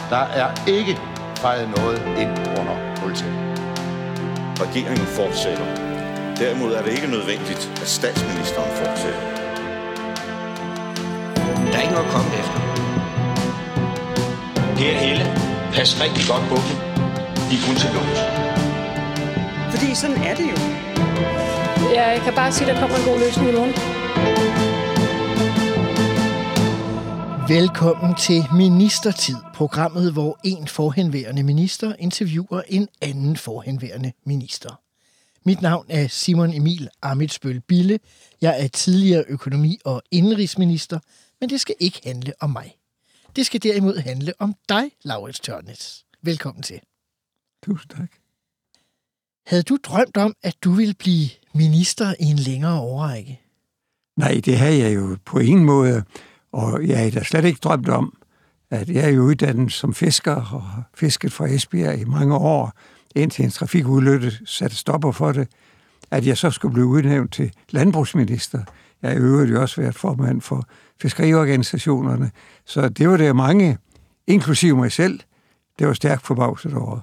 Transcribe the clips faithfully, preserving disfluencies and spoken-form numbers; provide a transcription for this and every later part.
Der er ikke fejret noget ind under politiet. Regeringen fortsætter. Derimod er det ikke nødvendigt, at statsministeren fortsætter. Der er ikke noget at komme efter. Per Helle, pas rigtig godt på dem. De er kun til lås. Fordi sådan er det jo. Ja, jeg kan bare sige, at der kommer en god løsning i morgen. Velkommen til Ministertid, programmet, hvor en forhenværende minister interviewer en anden forhenværende minister. Mit navn er Simon Emil Ammitzbøll Bille. Jeg er tidligere økonomi- og indenrigsminister, men det skal ikke handle om mig. Det skal derimod handle om dig, Laurits Tørnæs. Velkommen til. Tusind tak. Havde du drømt om, at du ville blive minister i en længere årrække? Nej, det havde jeg jo på ingen måde, og jeg havde da slet ikke drømt om, at jeg er jo uddannet som fisker og har fisket fra Esbjerg i mange år, indtil en trafikulykke satte stopper for det, at jeg så skulle blive udnævnt til landbrugsminister. Jeg har i øvrigt jo også været formand for fiskeriorganisationerne, så det var der mange, inklusive mig selv, det var stærkt forbavset over.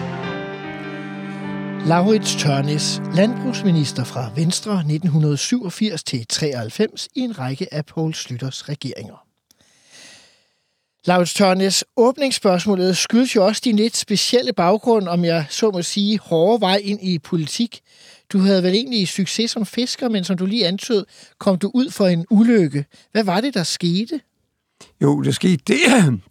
Laurits Tørnæs, landbrugsminister fra Venstre nitten syvogfirs til treoghalvfems i en række af Poul Schlüters regeringer. Laurits Tørnæs, åbningsspørgsmålet skyldes jo også din lidt specielle baggrund, om jeg så må sige, hårde vej ind i politik. Du havde vel egentlig succes som fisker, men som du lige antød, kom du ud for en ulykke. Hvad var det, der skete? Jo, det skete det,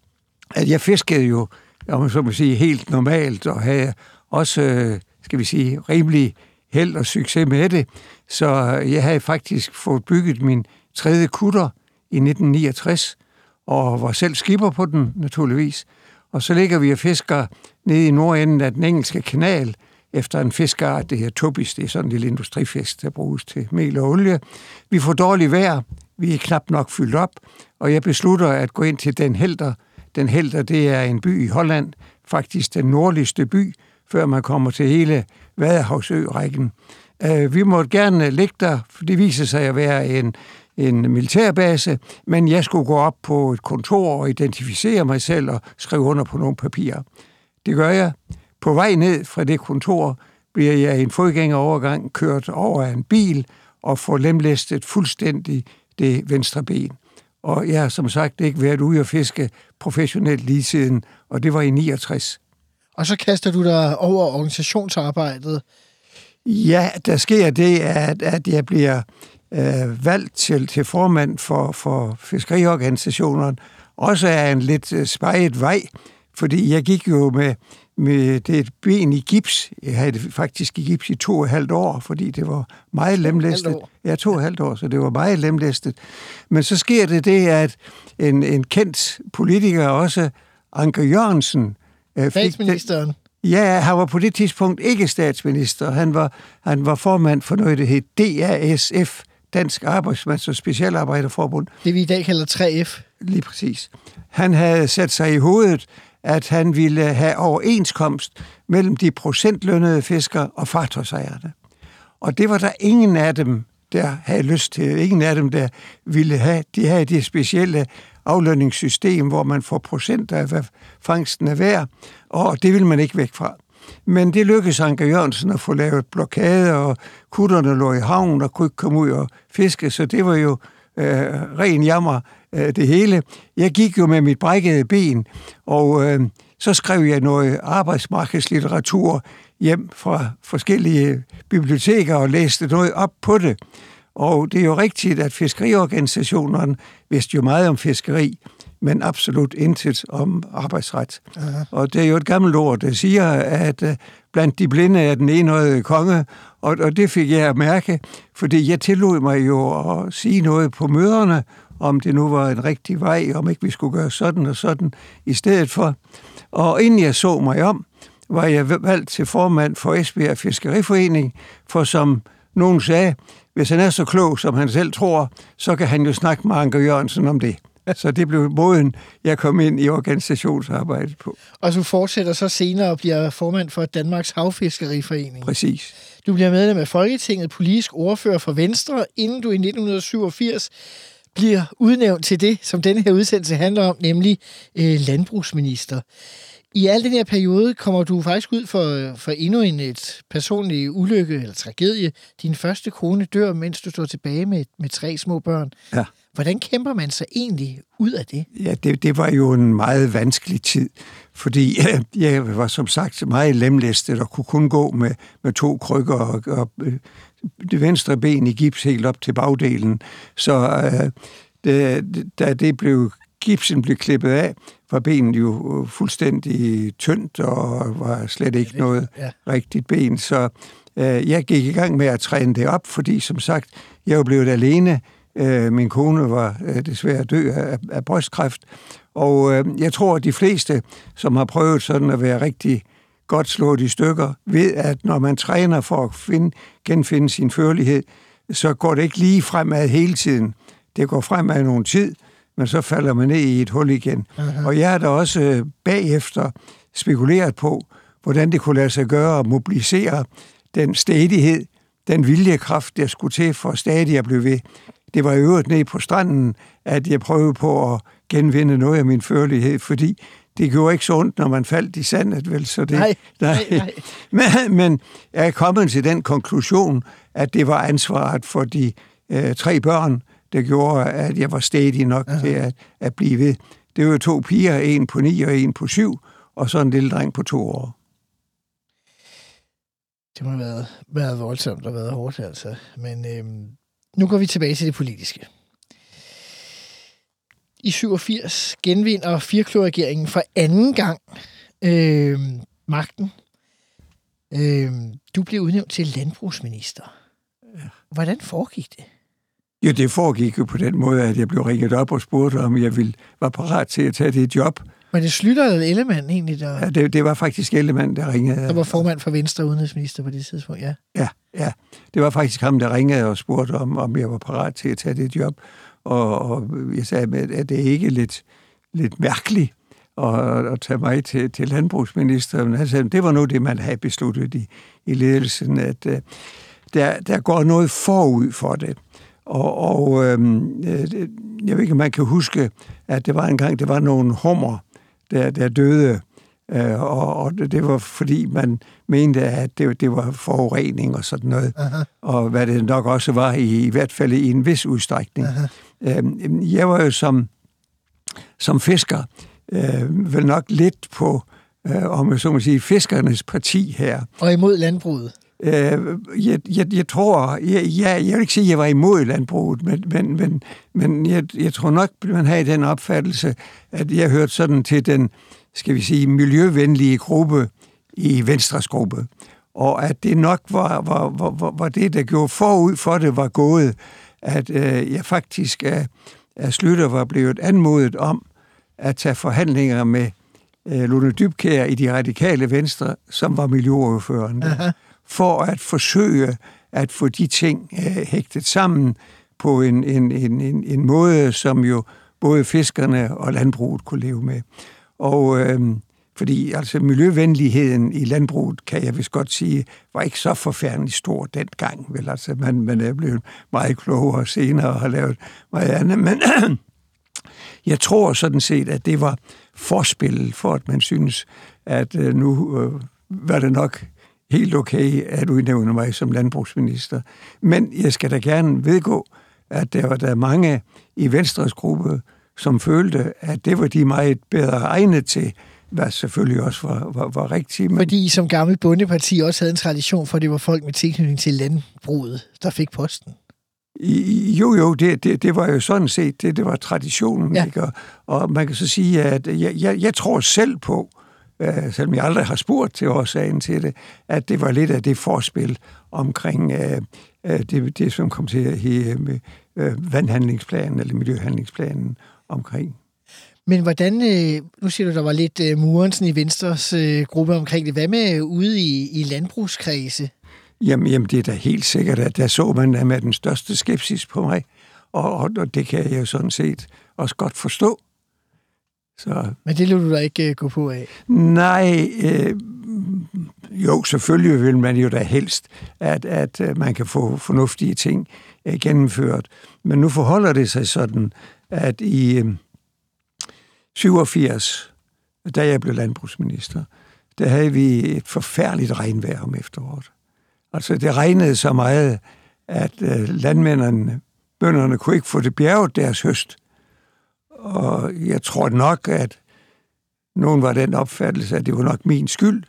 at jeg fiskede jo, om man så må sige, helt normalt, og havde også, skal vi sige, rimelig held og succes med det. Så jeg havde faktisk fået bygget min tredje kutter i nitten niogtres, og var selv skipper på den, naturligvis. Og så ligger vi og fisker nede i nordenden af den engelske kanal, efter en fiskeart, det her tobis, det er sådan en lille industrifisk, der bruges til mel og olie. Vi får dårligt vejr, vi er knap nok fyldt op, og jeg beslutter at gå ind til Den Helder. Den Helder, det er en by i Holland, faktisk den nordligste by, før man kommer til hele Vadehavsø-rækken. Vi måtte gerne ligge der, for det viser sig at være en, en militærbase, men jeg skulle gå op på et kontor og identificere mig selv og skrive under på nogle papirer. Det gør jeg. På vej ned fra det kontor bliver jeg i en fodgængerovergang kørt over en bil og får lemlæstet fuldstændig det venstre ben. Og jeg har som sagt ikke været ude at fiske professionelt lige siden, og det var i niogtres. Og så kaster du dig over organisationsarbejdet. Ja, der sker det, at, at jeg bliver øh, valgt til, til formand for, for fiskeriorganisationerne. Også er en lidt øh, speget vej, fordi jeg gik jo med, med det ben i gips. Jeg havde det faktisk i gips i to og et halvt år, fordi det var meget lemlæstet. Ja, to og et halvt år, så det var meget lemlæstet. Men så sker det det, at en, en kendt politiker, også Anker Jørgensen, statsministeren? Ja, han var på det tidspunkt ikke statsminister. Han var, han var formand for noget, der hed D A S F, Dansk Arbejdsmands- og Specialarbejderforbund. Det vi i dag kalder tre F. Lige præcis. Han havde sat sig i hovedet, at han ville have overenskomst mellem de procentlønnede fiskere og fartøjsejerne. Og det var der ingen af dem, der havde lyst til. Ingen af dem, der ville have. De havde det specielle aflønningssystem, hvor man får procenter af, hvad fangsten er værd, og det vil man ikke væk fra. Men det lykkedes Anker Jørgensen at få lavet blokade, og kutterne lå i havnen og kunne ikke komme ud og fiske, så det var jo øh, ren jammer, øh, det hele. Jeg gik jo med mit brækkede ben, og øh, så skrev jeg noget arbejdsmarkedslitteratur hjem fra forskellige biblioteker og læste noget op på det. Og det er jo rigtigt, at fiskeriorganisationerne vidste jo meget om fiskeri, men absolut intet om arbejdsret. Aha. Og det er jo et gammelt ord, der siger, at blandt de blinde er den enøjede konge, og, og det fik jeg at mærke, fordi jeg tillod mig jo at sige noget på møderne, om det nu var en rigtig vej, om ikke vi skulle gøre sådan og sådan i stedet for. Og inden jeg så mig om, var jeg valgt til formand for Esbjerg Fiskeriforening, for som nogen sagde, hvis han er så klog, som han selv tror, så kan han jo snakke med Anker Jørgensen om det. Så det blev måden, jeg kom ind i organisationsarbejdet på. Og du fortsætter så senere og bliver formand for Danmarks Havfiskeriforening. Præcis. Du bliver medlem af Folketinget, politisk ordfører for Venstre, inden du i nitten syvogfirs bliver udnævnt til det, som denne her udsendelse handler om, nemlig øh, landbrugsminister. I al den her periode kommer du faktisk ud for, for endnu en et personlig ulykke eller tragedie. Din første kone dør, mens du står tilbage med, med tre små børn. Ja. Hvordan kæmper man sig egentlig ud af det? Ja, det, det var jo en meget vanskelig tid, fordi jeg var som sagt meget lemlæstet og kunne kun gå med, med to krykker og, og det venstre ben i gips helt op til bagdelen. Så øh, det, da det blev, gipsen blev klippet af, var benet jo fuldstændig tyndt og var slet ikke noget ja. rigtigt ben. Så øh, jeg gik i gang med at træne det op, fordi som sagt, jeg var blevet alene. Øh, min kone var øh, desværre død af, af brystkræft, og øh, jeg tror, at de fleste, som har prøvet sådan at være rigtig godt slået i stykker, ved, at når man træner for at finde, genfinde sin førlighed, så går det ikke lige fremad hele tiden. Det går fremad nogle tid, men så falder man ned i et hul igen. Uh-huh. Og jeg har da også bagefter spekuleret på, hvordan det kunne lade sig gøre at mobilisere den stædighed, den viljekraft, der skulle til for stadig at blive ved. Det var i øvrigt nede på stranden, at jeg prøvede på at genvinde noget af min førlighed, fordi det gjorde ikke så ondt, når man faldt i sandet, vel? Så det, nej, nej, nej. Men, men jeg er kommet til den konklusion, at det var ansvaret for de øh, tre børn, der gjorde, at jeg var stædig nok Aha. til at, at blive ved. Det var jo to piger, en på ni og en på syv, og så en lille dreng på to år. Det må have været, været voldsomt og været hårdt, altså. Men øhm, nu går vi tilbage til det politiske. I syvogfirs genvinder Firkløver-regeringen for anden gang øh, magten. Øh, du blev udnævnt til landbrugsminister. Hvordan foregik det? Jo, det foregik jo på den måde, at jeg blev ringet op og spurgte, om jeg ville, var parat til at tage det job. Var det Schlüter eller Ellemann egentlig? Der... Ja, det, det var faktisk Ellemann, der ringede. Der var formand for Venstre udenrigsminister på det tidspunkt, ja. Ja, ja. Det var faktisk ham, der ringede og spurgte, om, om jeg var parat til at tage det job. Og, og jeg sagde, at det ikke er lidt, lidt mærkeligt at, at tage mig til, til landbrugsminister. Men han sagde, det var nu det, man havde besluttet i, i ledelsen, at uh, der, der går noget forud for det. Og, og øhm, jeg ved ikke, om man kan huske, at det var engang, det var nogle hummer, der, der døde, øh, og, og det var fordi, man mente, at det, det var forurening og sådan noget, Aha. og hvad det nok også var, i, i hvert fald i en vis udstrækning. Øhm, jeg var jo som, som fisker, øh, vel nok lidt på, øh, om jeg så må sige, fiskernes parti her. Og imod landbruget? Jeg, jeg, jeg tror, jeg, jeg, jeg vil ikke sige, at jeg var imod landbruget, men, men, men, men jeg, jeg tror nok, man har den opfattelse, at jeg hørte sådan til den, skal vi sige, miljøvenlige gruppe i Venstres gruppe, og at det nok var, var, var, var det, der gjorde forud for det, var gået, at øh, jeg faktisk af, af Schlüter var blevet anmodet om at tage forhandlinger med øh, Lone Dybkjær i de radikale Venstre, som var miljøordføreren der, for at forsøge at få de ting øh, hægtet sammen på en, en, en, en, en måde, som jo både fiskerne og landbruget kunne leve med. Og øh, fordi altså miljøvenligheden i landbruget, kan jeg vist godt sige, var ikke så forfærdelig stor dengang. Vel, altså man, man er blevet meget klogere senere og har lavet meget andet. Men jeg tror sådan set, at det var forspillet for, at man synes, at øh, nu øh, var det nok helt okay at udnævne mig som landbrugsminister. Men jeg skal da gerne vedgå, at der var der mange i Venstres gruppe, som følte, at det var de meget bedre egnet til, hvad selvfølgelig også var, var, var rigtigt. Men... Fordi I som gammel bondeparti også havde en tradition for, at det var folk med tilknytning til landbruget, der fik posten. I, jo, jo, det, det, det var jo sådan set, det, det var traditionen. Ja. Ikke? Og, og man kan så sige, at jeg, jeg, jeg tror selv på, Uh, selvom jeg aldrig har spurgt til årsagen til det, at det var lidt af det forspil omkring uh, uh, det, det, som kom til at hedde med uh, vandhandlingsplanen eller miljøhandlingsplanen omkring. Men hvordan, uh, nu siger du, der var lidt uh, Murensen i Venstres uh, gruppe omkring det. Hvad med ude i, i landbrugskredse? Jamen, jamen, det er da helt sikkert, at der så man med den største skepsis på mig, og, og, og det kan jeg jo sådan set også godt forstå. Så. Men det lød du da ikke uh, gå på af? Nej, øh, jo, selvfølgelig vil man jo da helst, at, at man kan få fornuftige ting gennemført. Men nu forholder det sig sådan, at i syvogfirs, da jeg blev landbrugsminister, der havde vi et forfærdeligt regnvejr om efteråret. Altså, det regnede så meget, at landmændene, bønderne, kunne ikke få det bjerget deres høst. Og jeg tror nok, at nogen var den opfattelse, at det var nok min skyld.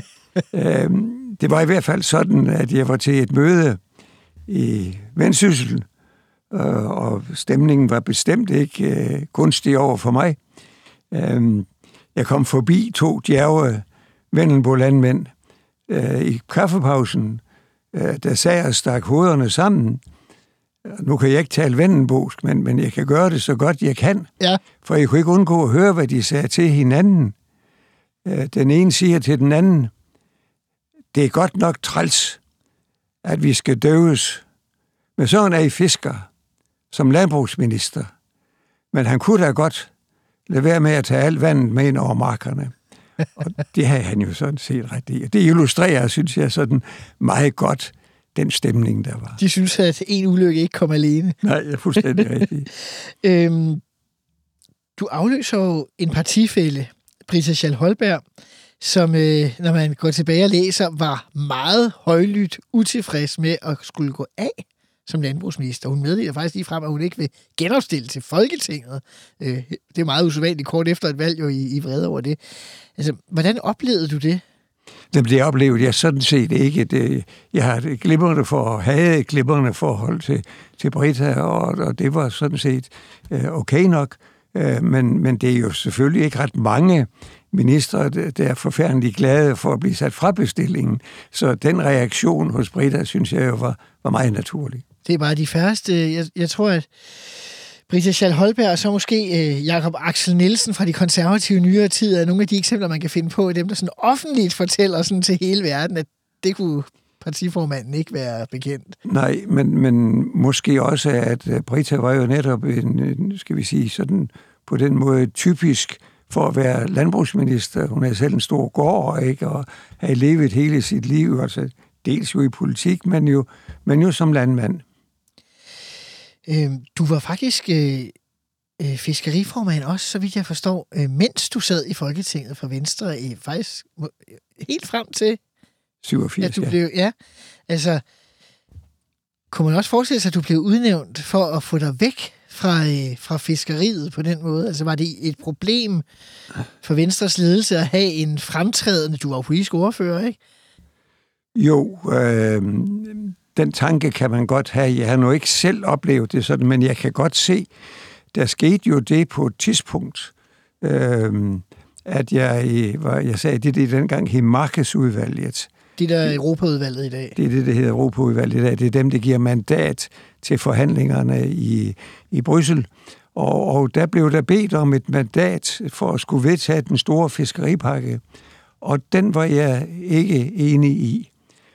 Det var i hvert fald sådan, at jeg var til et møde i Vendsyssel, og stemningen var bestemt ikke gunstig over for mig. Jeg kom forbi to djerve Vendelbo-landmænd i kaffepausen, der sad og stak hovederne sammen. Nu kan jeg ikke tale vendelbosk, men, men jeg kan gøre det så godt, jeg kan. Ja. For jeg kunne ikke undgå at høre, hvad de sagde til hinanden. Den ene siger til den anden, det er godt nok træls, at vi skal døves med sådan en fisker som landbrugsminister. Men han kunne da godt lade være med at tage alt vandet med ind over markerne. Og det havde han jo sådan set ret i. Det illustrerer, synes jeg, sådan meget godt den stemning, der var. De synes, at en ulykke ikke kom alene. Nej, jeg er fuldstændig rigtig. øhm, du afløser jo en partifælle, Britta Schall Holberg, som, øh, når man går tilbage og læser, var meget højlydt utilfreds med at skulle gå af som landbrugsminister. Hun meddeler faktisk lige frem, at hun ikke vil genopstille til Folketinget. Øh, det er meget usædvanligt kort efter et valg, jo i, i vrede over det. Altså, hvordan oplevede du det? Det, det oplevede jeg sådan set ikke. Det, jeg har et glimrende for, havde et glimrende forhold til, til Britta, og, og det var sådan set øh, okay nok. Øh, men, men det er jo selvfølgelig ikke ret mange ministre, der er forfærdeligt glade for at blive sat fra bestillingen. Så den reaktion hos Britta, synes jeg jo var, var meget naturlig. Det er bare de færreste. Jeg, jeg tror, at Britta Schall Holberg og så måske øh, Jakob Axel Nielsen fra de konservative nyere tid er nogle af de eksempler, man kan finde på, dem, der sådan offentligt fortæller sådan til hele verden, at det kunne partiformanden ikke være bekendt. Nej, men, men måske også, at Britta var jo netop en, skal vi sige, sådan på den måde typisk for at være landbrugsminister. Hun er selv en stor gård, ikke, og har levet hele sit liv, altså dels jo i politik, men jo, men jo som landmand. Du var faktisk øh, øh, fiskeriformand også, så vidt jeg forstår, øh, mens du sad i Folketinget for Venstre, øh, faktisk øh, helt frem til syvogfirs, at du ja. blev, ja. Altså, kunne man også forestille sig, at du blev udnævnt for at få dig væk fra, øh, fra fiskeriet på den måde? Altså, var det et problem for Venstres ledelse at have en fremtrædende, du var politisk ordfører, ikke? Jo, øh, den tanke kan man godt have. Jeg har nu ikke selv oplevet det sådan, men jeg kan godt se, der skete jo det på et tidspunkt, øh, at jeg, var, jeg sagde, det det dengang hed markedsudvalget. Det der er Europaudvalget i dag. Det er det, der hedder Europaudvalget i dag. Det er dem, der giver mandat til forhandlingerne i, i Bryssel. Og, og der blev der bedt om et mandat for at skulle vedtage den store fiskeripakke. Og den var jeg ikke enig i.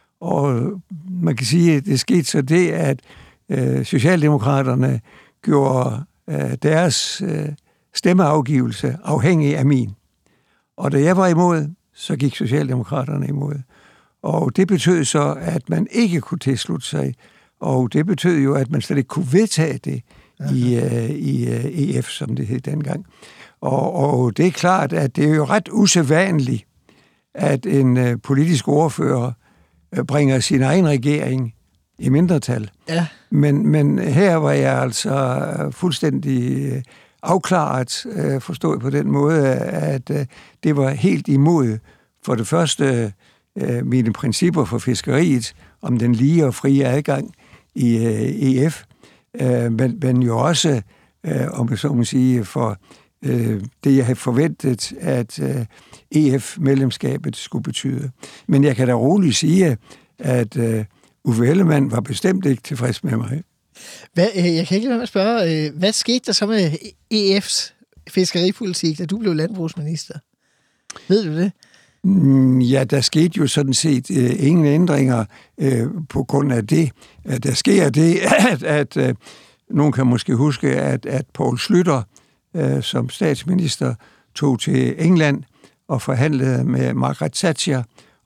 Og man kan sige, at det skete så det, at øh, Socialdemokraterne gjorde øh, deres øh, stemmeafgivelse afhængig af min. Og da jeg var imod, så gik Socialdemokraterne imod. Og det betød så, at man ikke kunne tilslutte sig. Og det betød jo, at man slet ikke kunne vedtage det i, uh, i uh, E F, som det hed dengang. Og, og det er klart, at det er jo ret usædvanligt, at en uh, politisk ordfører uh, bringer sin egen regering i mindretal. Ja. Men, men her var jeg altså fuldstændig uh, afklaret, uh, forstået på den måde, at uh, det var helt imod for det første uh, mine principper for fiskeriet, om den lige og frie adgang i uh, E F, uh, men, men jo også, uh, om jeg så må sige, for uh, det, jeg havde forventet, at uh, E F-medlemskabet skulle betyde. Men jeg kan da roligt sige, at uh, Uffe Ellemann var bestemt ikke tilfreds med mig. Hvad, jeg kan ikke lade være med at spørge, hvad skete der så med E F's fiskeripolitik, da du blev landbrugsminister? Ved du det? Ja, der skete jo sådan set øh, ingen ændringer øh, på grund af det. Der sker det, at, at øh, nogen kan måske huske, at, at Poul Schlüter øh, som statsminister tog til England og forhandlede med Margaret Thatcher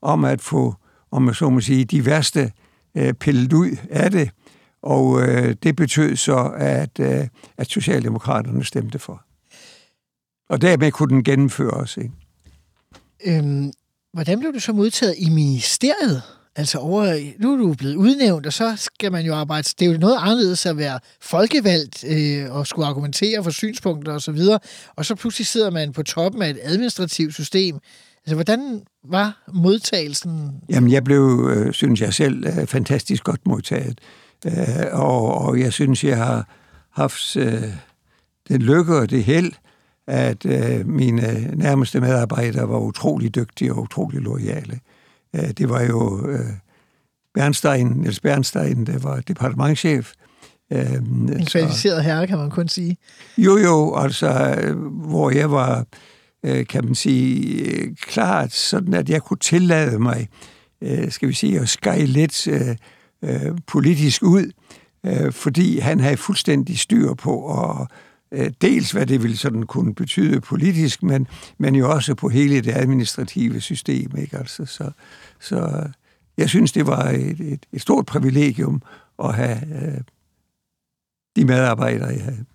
om at få, om man så må sige, de værste øh, pillet ud af det. Og øh, det betød så, at, øh, at Socialdemokraterne stemte for. Og dermed kunne den gennemføres, ikke? Øhm, hvordan blev du så modtaget i ministeriet? Altså over, nu er du blevet udnævnt, og så skal man jo arbejde. Det er jo noget anderledes at være folkevalgt øh, og skulle argumentere for synspunkter og så videre. Og så pludselig sidder man på toppen af et administrativt system. Altså, hvordan var modtagelsen? Jamen, jeg blev, øh, synes jeg selv, øh, fantastisk godt modtaget. Øh, og, og jeg synes, jeg har haft øh, den lykke og det held, at øh, mine nærmeste medarbejdere var utrolig dygtige og utrolig loyale. Øh, det var jo øh, Bernstein, Niels Bernstein, der var departementschef. Øh, en kvalificeret herre, kan man kun sige. Jo, jo, altså, hvor jeg var, øh, kan man sige, klart, sådan at jeg kunne tillade mig, øh, skal vi sige, at skære lidt øh, øh, politisk ud, øh, fordi han havde fuldstændig styr på, og øh, dels hvad det ville sådan kunne betyde politisk, men, men jo også på hele det administrative system, ikke? Altså, så, så jeg synes, det var et, et, et stort privilegium at have øh, de medarbejdere, jeg havde.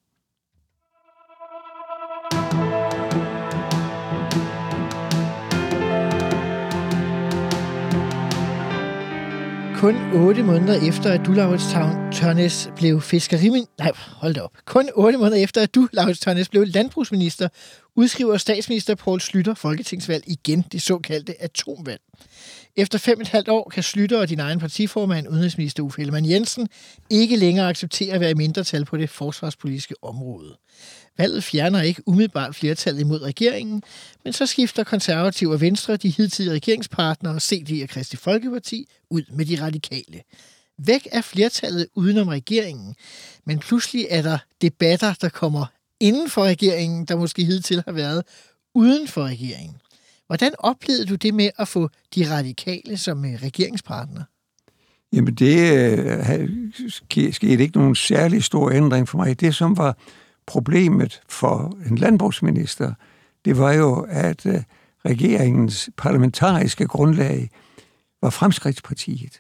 Kun otte måneder efter, at du, Laurits Tørnæs, blev fiskeriminister... Nej, hold da op. Kun otte måneder efter, at du, Laurits Tørnæs, blev landbrugsminister, udskriver statsminister Poul Schlüter folketingsvalg igen, det såkaldte atomvalg. Efter fem og et halvt år kan Schlüter og din egen partiformand, udenrigsminister Uffe Ellemann-Jensen, ikke længere acceptere at være i mindretal på det forsvarspolitiske område. Valget fjerner ikke umiddelbart flertallet imod regeringen, men så skifter Konservative og Venstre, de hidtidige regeringspartnere, C D og Kristeligt Folkeparti, ud med de radikale. Væk er flertallet udenom regeringen, men pludselig er der debatter, der kommer inden for regeringen, der måske hidtil har været uden for regeringen. Hvordan oplevede du det med at få de radikale som regeringspartner? Jamen, det øh, skete ikke nogen særlig stor ændring for mig. Det, som var problemet for en landbrugsminister, det var jo, at øh, regeringens parlamentariske grundlag var Fremskridtspartiet.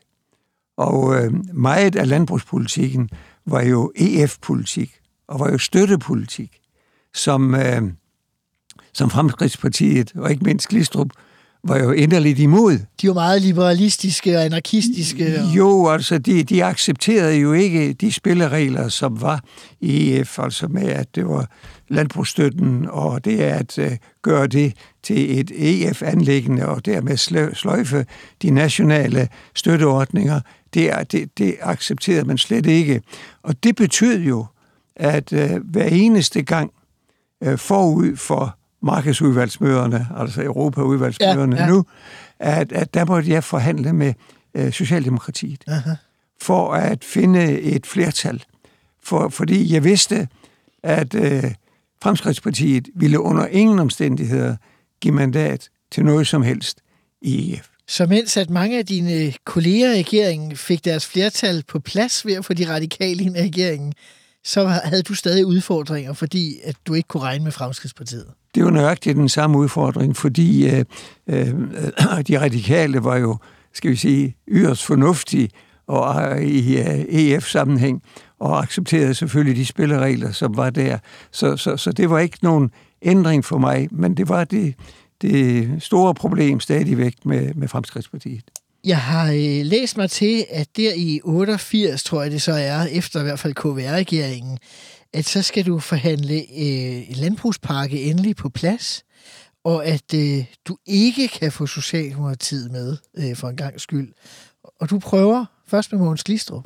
Og øh, meget af landbrugspolitikken var jo E F-politik, og var jo støttepolitik, som... Øh, som Fremskridtspartiet, og ikke mindst Glistrup, var jo inderligt imod. De var meget liberalistiske og anarkistiske. Og... Jo, altså, de, de accepterede jo ikke de spilleregler, som var i E F, altså med, at det var landbrugsstøtten, og det er at uh, gøre det til et E F-anliggende, og dermed sløjfe de nationale støtteordninger. Det, det, det accepterede man slet ikke. Og det betød jo, at uh, hver eneste gang uh, forud for markedsudvalgsmøderne, altså Europaudvalgsmøderne ja, ja. nu, at, at der måtte jeg forhandle med øh, Socialdemokratiet Aha. for at finde et flertal. For, fordi jeg vidste, at øh, Fremskridtspartiet ville under ingen omstændigheder give mandat til noget som helst i E F. Så mens at mange af dine kolleger i regeringen fik deres flertal på plads ved at få de radikale ind i regeringen, så havde du stadig udfordringer, fordi at du ikke kunne regne med Fremskridtspartiet. Det var nøjagtigt den samme udfordring, fordi øh, øh, de radikale var jo, skal vi sige, yderst fornuftige og i øh, E F-sammenhæng, og accepterede selvfølgelig de spilleregler, som var der. Så, så, så det var ikke nogen ændring for mig, men det var det, det store problem stadigvæk med, med Fremskridtspartiet. Jeg har øh, læst mig til, at der i otteogfirs, tror jeg det så er, efter i hvert fald K V R-regeringen, at så skal du forhandle øh, en landbrugspakke endelig på plads, og at øh, du ikke kan få Socialdemokratiet med øh, for en gang skyld. Og du prøver først med Mogens Glistrup.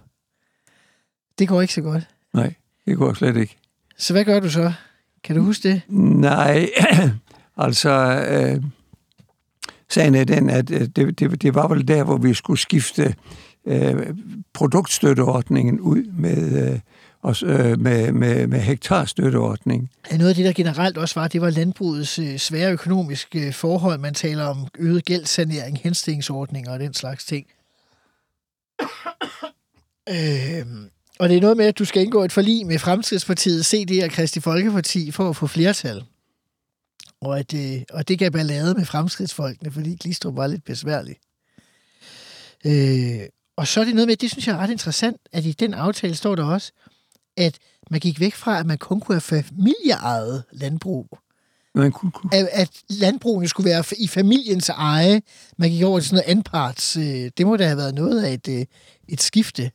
Det går ikke så godt. Nej, det går slet ikke. Så hvad gør du så? Kan du huske det? Nej, altså... Øh sagen er den, at det, det, det var vel der, hvor vi skulle skifte øh, produktstøtteordningen ud med, øh, også, øh, med, med, med hektarstøtteordning. Ja, noget af det, der generelt også var, det var landbrugets øh, svære økonomiske forhold. Man taler om øget gældssanering, henstillingsordninger og den slags ting. øh, og det er noget med, at du skal indgå et forlig med Fremskridtspartiet, C D og Kristeligt Folkeparti for at få flertal. Og, at, øh, og det gav ballade med fremskridtsfolkene, fordi Glistrup var lidt besværlig. Øh, og så er det noget med, det synes jeg er ret interessant, at i den aftale står der også, at man gik væk fra, at man kun kunne have familieejet landbrug. Man kunne, kunne. At, at landbrugene skulle være i familiens eje. Man gik over til sådan noget anparts. Øh, det må da have været noget af et, et skifte.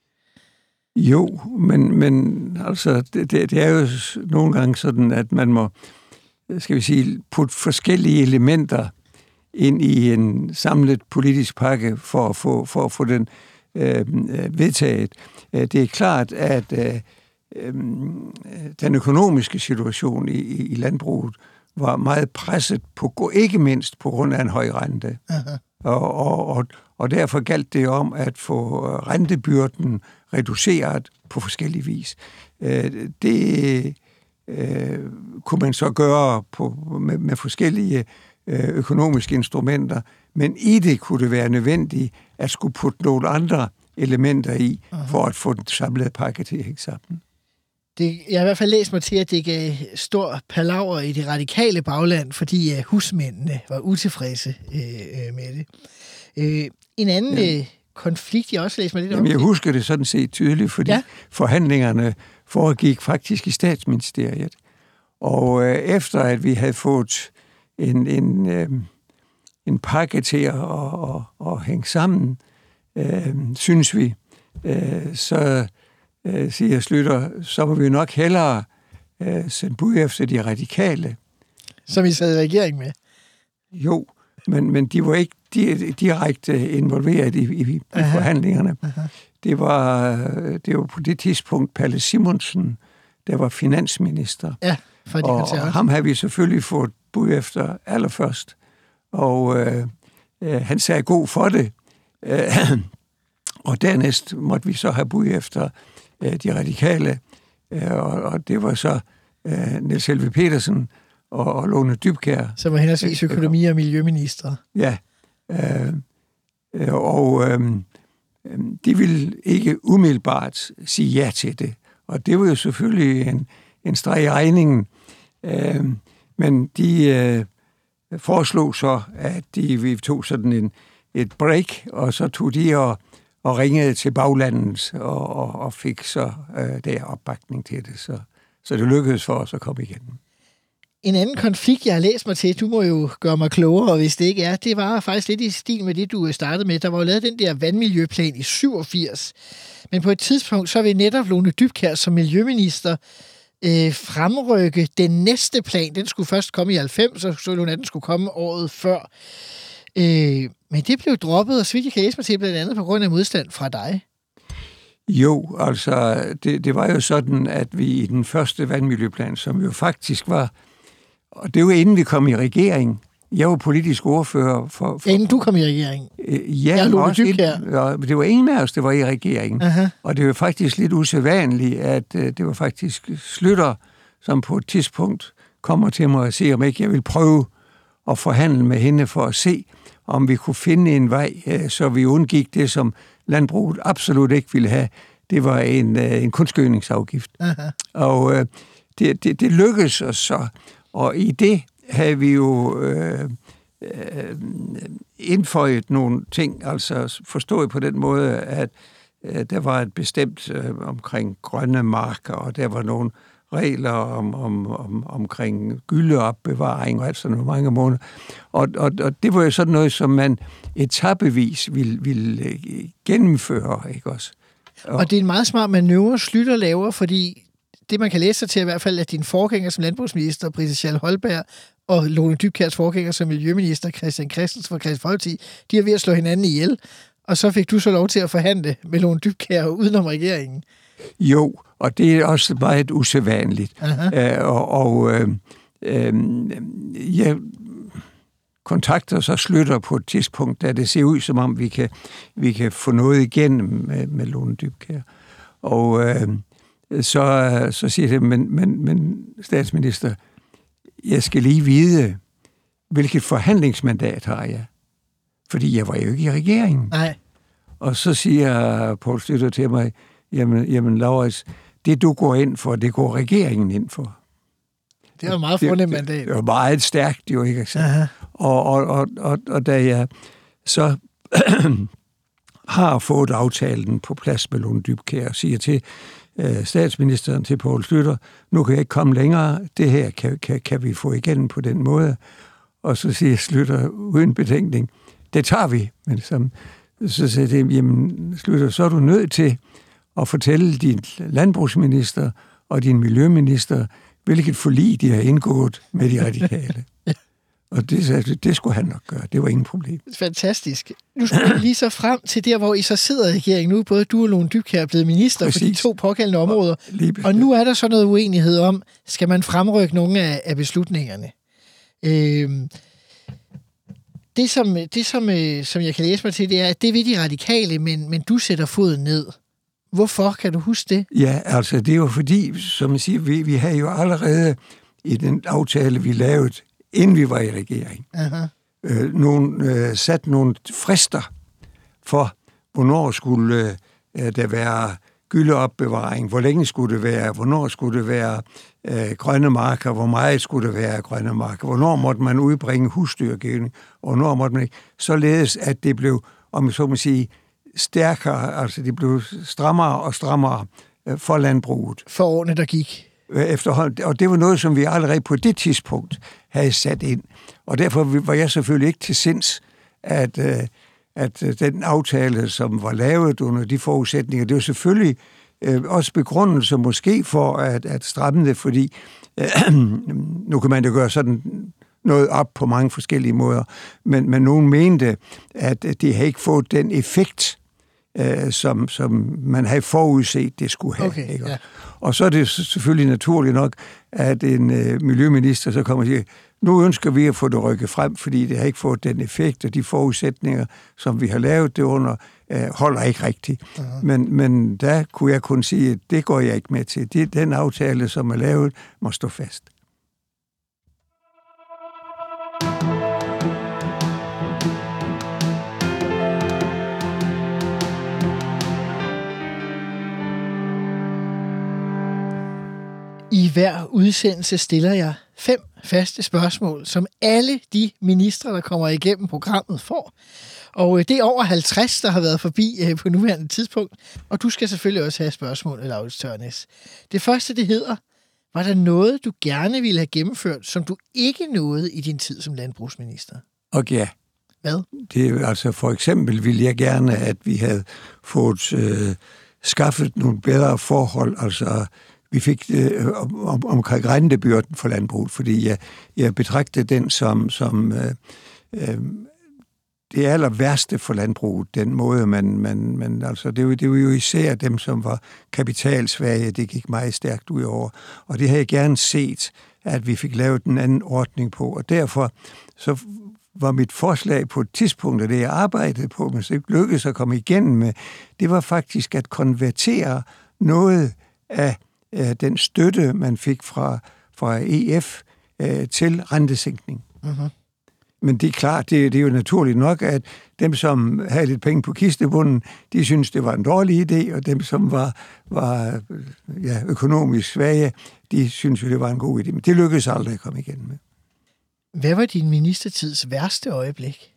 Jo, men, men altså, det, det, det er jo nogle gange sådan, at man må, skal vi sige, putte forskellige elementer ind i en samlet politisk pakke for at få, for at få den øh, vedtaget. Det er klart, at øh, øh, den økonomiske situation i, i landbruget var meget presset, på, ikke mindst på grund af en høj rente. Og, og, og, og derfor galt det om at få rentebyrden reduceret på forskellige vis. Øh, det øh, kunne man så gøre på, med, med forskellige øh, økonomiske instrumenter, men i det kunne det være nødvendigt at skulle putte nogle andre elementer i, uh-huh. for at få den samlede pakke til at hænge sammen. Det, jeg har i hvert fald læst mig til, at det gav stor palaver i det radikale bagland, fordi uh, husmændene var utilfredse uh, med det. Uh, en anden ja. uh, konflikt, jeg også læste mig lidt Jamen, om. Jeg husker det sådan set tydeligt, fordi ja. forhandlingerne foregik faktisk i statsministeriet. Og uh, efter at vi havde fået en, en, uh, en pakke til at, at, at, at hænge sammen, uh, synes vi, uh, så Uh, siger Slytter, så må vi nok hellere uh, sende bud efter de radikale. Som I sad i regering med? Jo, men, men de var ikke direkte involveret i, i, i forhandlingerne. Aha. Det var, det var på det tidspunkt Palle Simonsen, der var finansminister. Ja, for de og, og ham havde vi selvfølgelig fået bud efter allerførst. Og uh, uh, han sagde god for det. Uh, og dernæst måtte vi så have bud efter de radikale, og det var så Niels Helveg Petersen og Lone Dybkjær. Som var henholdsvis økonomi- og miljøminister. Ja, og de ville ikke umiddelbart sige ja til det. Og det var jo selvfølgelig en, en streg i regningen, men de foreslog så, at de, vi tog sådan en, et break, og så tog de og og ringede til baglandet og, og, og fik så øh, der opbakning til det. Så, så det lykkedes for os at komme igennem. En anden konflikt, jeg har læst mig til, du må jo gøre mig klogere, hvis det ikke er, det var faktisk lidt i stil med det, du startede med. Der var jo lavet den der vandmiljøplan i syvogfirs. Men på et tidspunkt, så vil netop Lone Dybkjær som miljøminister øh, fremrykke den næste plan. Den skulle først komme i halvfems, og så Lone, den skulle komme året før. Øh, men det blev droppet, og så vidt jeg kan læse mig til, blandt andet på grund af modstand fra dig. Jo, altså, det, det var jo sådan, at vi i den første vandmiljøplan, som jo faktisk var, og det var inden vi kom i regering, jeg var politisk ordfører for... for inden du kom i regering? Øh, ja, men også inden, ja, det var ingen af os, der var i regeringen. Uh-huh. Og det var faktisk lidt usædvanligt, at uh, det var faktisk Slytter, som på et tidspunkt kommer til mig og siger, om ikke jeg vil prøve at forhandle med hende for at se, om vi kunne finde en vej, så vi undgik det, som landbruget absolut ikke ville have. Det var en, en kunstgødningsafgift. Aha. Og øh, det, det, det lykkedes os så. Og i det havde vi jo øh, øh, indføjet nogle ting, altså forstået på den måde, at øh, der var et bestemt øh, omkring grønne marker, og der var nogle regler om, om, om, omkring gyldeopbevaring og alt sådan nogle mange måneder. Og, og, og det var jo sådan noget, som man etapevis ville, ville gennemføre, ikke også? Og, og det er en meget smart manøvre, Slytter laver, fordi det, man kan læse sig til i hvert fald, at din forgænger som landbrugsminister, Britta Schall Holberg, og Lone Dybkjærs forgænger som miljøminister, Christian Christensen fra Kristeligt Folkeparti, de er ved at slå hinanden ihjel. Og så fik du så lov til at forhandle med Lone Dybkjær udenom regeringen. Jo, og det er også meget usædvanligt. Æ, og og øh, øh, jeg kontakter så Slytter på et tidspunkt, da det ser ud, som om vi kan, vi kan få noget igennem med, med Lone Dybkjær. Og øh, så, så siger det, men, men, men statsminister, jeg skal lige vide, hvilket forhandlingsmandat har jeg? Fordi jeg var jo ikke i regeringen. Nej. Og så siger Poul Slytter til mig, jamen, jamen Laurits, det du går ind for, det går regeringen ind for. Det var meget fornemt mandat. Det, det var meget stærkt, jo ikke? Og, og, og, og, og da jeg så har fået aftalen på plads med Lone Dybkjær og siger til øh, statsministeren, til Poul Schlüter, nu kan jeg ikke komme længere, det her kan, kan, kan vi få igen på den måde. Og så siger Schlüter uden betænkning, det tager vi. Men så, så siger det, jamen Schlüter, så er du nødt til at fortælle din landbrugsminister og din miljøminister, hvilket forlig de har indgået med de radikale. Og det, det skulle han nok gøre. Det var ingen problem. Fantastisk. Nu skal vi lige så frem til der, hvor I så sidder i regeringen nu. Både du og Lone Dybkjær er blevet minister Præcis. For de to pågældende områder. Og, og nu er der så noget uenighed om, skal man fremrykke nogle af, af beslutningerne. Øhm, det, som, det som, som jeg kan læse mig til, det er, at det vil de radikale, men, men du sætter foden ned. Hvorfor? Kan du huske det? Ja, altså det er jo fordi, som jeg siger, vi, vi har jo allerede i den aftale, vi lavede, inden vi var i regering, øh, nogle, øh, sat nogle frister for, hvornår skulle øh, der være gyldeopbevaring, hvor længe skulle det være, hvornår skulle det være øh, grønne marker, hvor meget skulle det være grønne marker, hvornår måtte man udbringe husdyrgivning, og hvornår måtte man ikke, således at det blev, om så må sige, stærkere, altså det blev strammere og strammere øh, for landbruget. For årene, der gik. Efterhånden, og det var noget, som vi allerede på det tidspunkt havde sat ind. Og derfor var jeg selvfølgelig ikke til sinds, at, at den aftale, som var lavet under de forudsætninger, det var selvfølgelig også begrundelse måske for at, at stramme det, fordi øh, nu kan man jo gøre sådan noget op på mange forskellige måder, men, men nogen mente, at det havde ikke fået den effekt, øh, som, som man havde forudset, det skulle have. Okay, ikke? Ja. Og så er det selvfølgelig naturligt nok, at en øh, miljøminister så kommer og siger, nu ønsker vi at få det rykket frem, fordi det har ikke fået den effekt, og de forudsætninger, som vi har lavet det under, øh, holder ikke rigtigt. Uh-huh. Men, men der kunne jeg kun sige, at det går jeg ikke med til. Det, den aftale, som er lavet, må stå fast. I hver udsendelse stiller jeg fem faste spørgsmål, som alle de ministre, der kommer igennem programmet, får. Og det er over halvtreds, der har været forbi på nuværende tidspunkt. Og du skal selvfølgelig også have spørgsmål, Laurits Tørnæs. Det første, det hedder, var der noget, du gerne ville have gennemført, som du ikke nåede i din tid som landbrugsminister? Og ja. Hvad? Det er altså for eksempel ville jeg gerne, at vi havde fået øh, skaffet nogle bedre forhold, altså vi fik øh, om, omkring rentebyrden for landbruget, fordi jeg, jeg betragtede den som, som øh, øh, det aller værste for landbruget, den måde, man, man, man altså det var, det var jo især dem, som var kapitalsvage, det gik meget stærkt ud over, og det havde jeg gerne set, at vi fik lavet en anden ordning på, og derfor så var mit forslag på et tidspunkt, og det jeg arbejdede på, men så ikke lykkedes at komme igennem med, det var faktisk at konvertere noget af den støtte, man fik fra, fra E F øh, til rentesænkning. Uh-huh. Men det er klart, det, det er jo naturligt nok, at dem, som havde lidt penge på kistebunden, de synes det var en dårlig idé, og dem, som var, var ja, økonomisk svage, de synes jo, det var en god idé. Men det lykkedes aldrig at komme igennem med. Hvad var din ministertids værste øjeblik?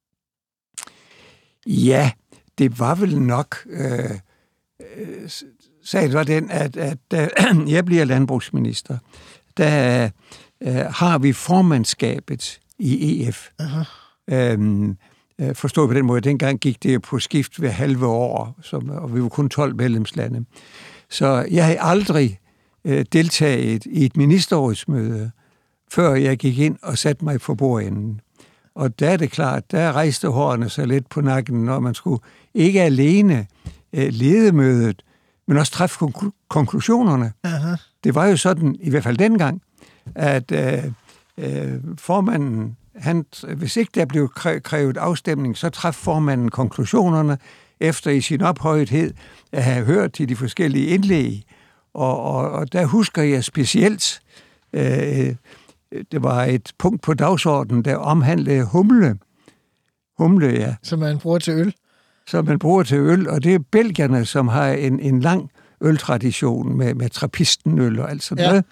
Ja, det var vel nok... Øh, øh, Sagen var den, at, at da jeg bliver landbrugsminister, der øh, har vi formandskabet i E F. Uh-huh. Øhm, forstået på den måde, dengang gik det på skift hver halve år, som, og vi var kun tolv medlemslande. Så jeg havde aldrig øh, deltaget i et ministerrådsmøde, før jeg gik ind og satte mig for bordenden. Og der er det klart, der rejste hårene så lidt på nakken, når man skulle ikke alene øh, lede mødet, men også træffe konklusionerne. Aha. Det var jo sådan, i hvert fald dengang, at øh, øh, formanden, han, hvis ikke der blev krævet afstemning, så træf formanden konklusionerne, efter i sin ophøjethed at have hørt til de forskellige indlæg. Og, og, og der husker jeg specielt, øh, det var et punkt på dagsordenen, der omhandlede humle. Humle, ja. Som man bruger til øl. Som man bruger til øl, og det er belgierne, som har en, en lang øltradition med, med trappistenøl og alt sådan ja. noget.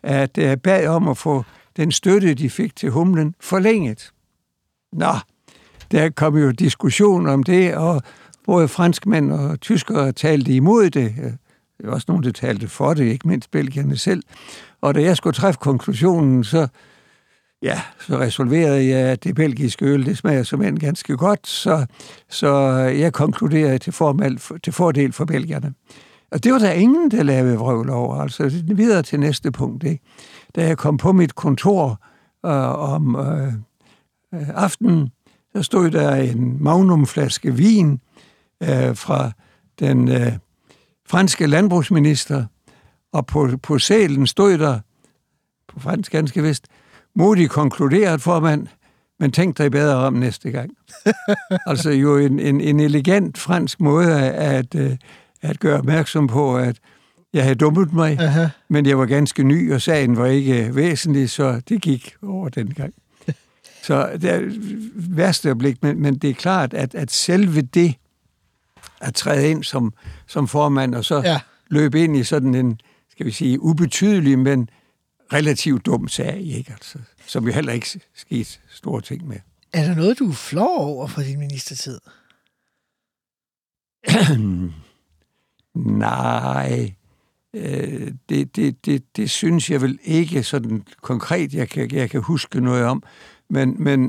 at uh, bad om at få den støtte, de fik til humlen, forlænget. Nå, der kom jo diskussion om det, og både franskmænd og tyskere talte imod det. Der var også nogen, der talte for det, ikke mindst belgierne selv. Og da jeg skulle træffe konklusionen, så, ja, så resolverede jeg, at det belgiske øl, det smager som en ganske godt, så, så jeg konkluderede til, formal, til fordel for belgierne. Og det var der ingen, der lavede vrøvl over. Altså videre til næste punkt. Ikke? Da jeg kom på mit kontor øh, om øh, øh, aftenen, så stod der en magnumflaske vin øh, fra den øh, franske landbrugsminister, og på, på sælen stod der, på fransk ganske vist, modig konkluderet, formand, men tænk dig bedre om næste gang. Altså jo en, en, en elegant fransk måde at, at, at gøre opmærksom på, at jeg havde dummet mig, uh-huh. men jeg var ganske ny, og sagen var ikke væsentlig, så det gik over den gang. Så det er værste øjeblik, men, men det er klart, at, at selve det at træde ind som, som formand, og så ja. løbe ind i sådan en, skal vi sige, ubetydelig, men relativt dum sag, ikke? Altså, som jo heller ikke skete store ting med. Er der noget, du er flov over for din ministertid? Nej, øh, det, det, det, det synes jeg vel ikke sådan konkret, jeg kan, jeg kan huske noget om, men, men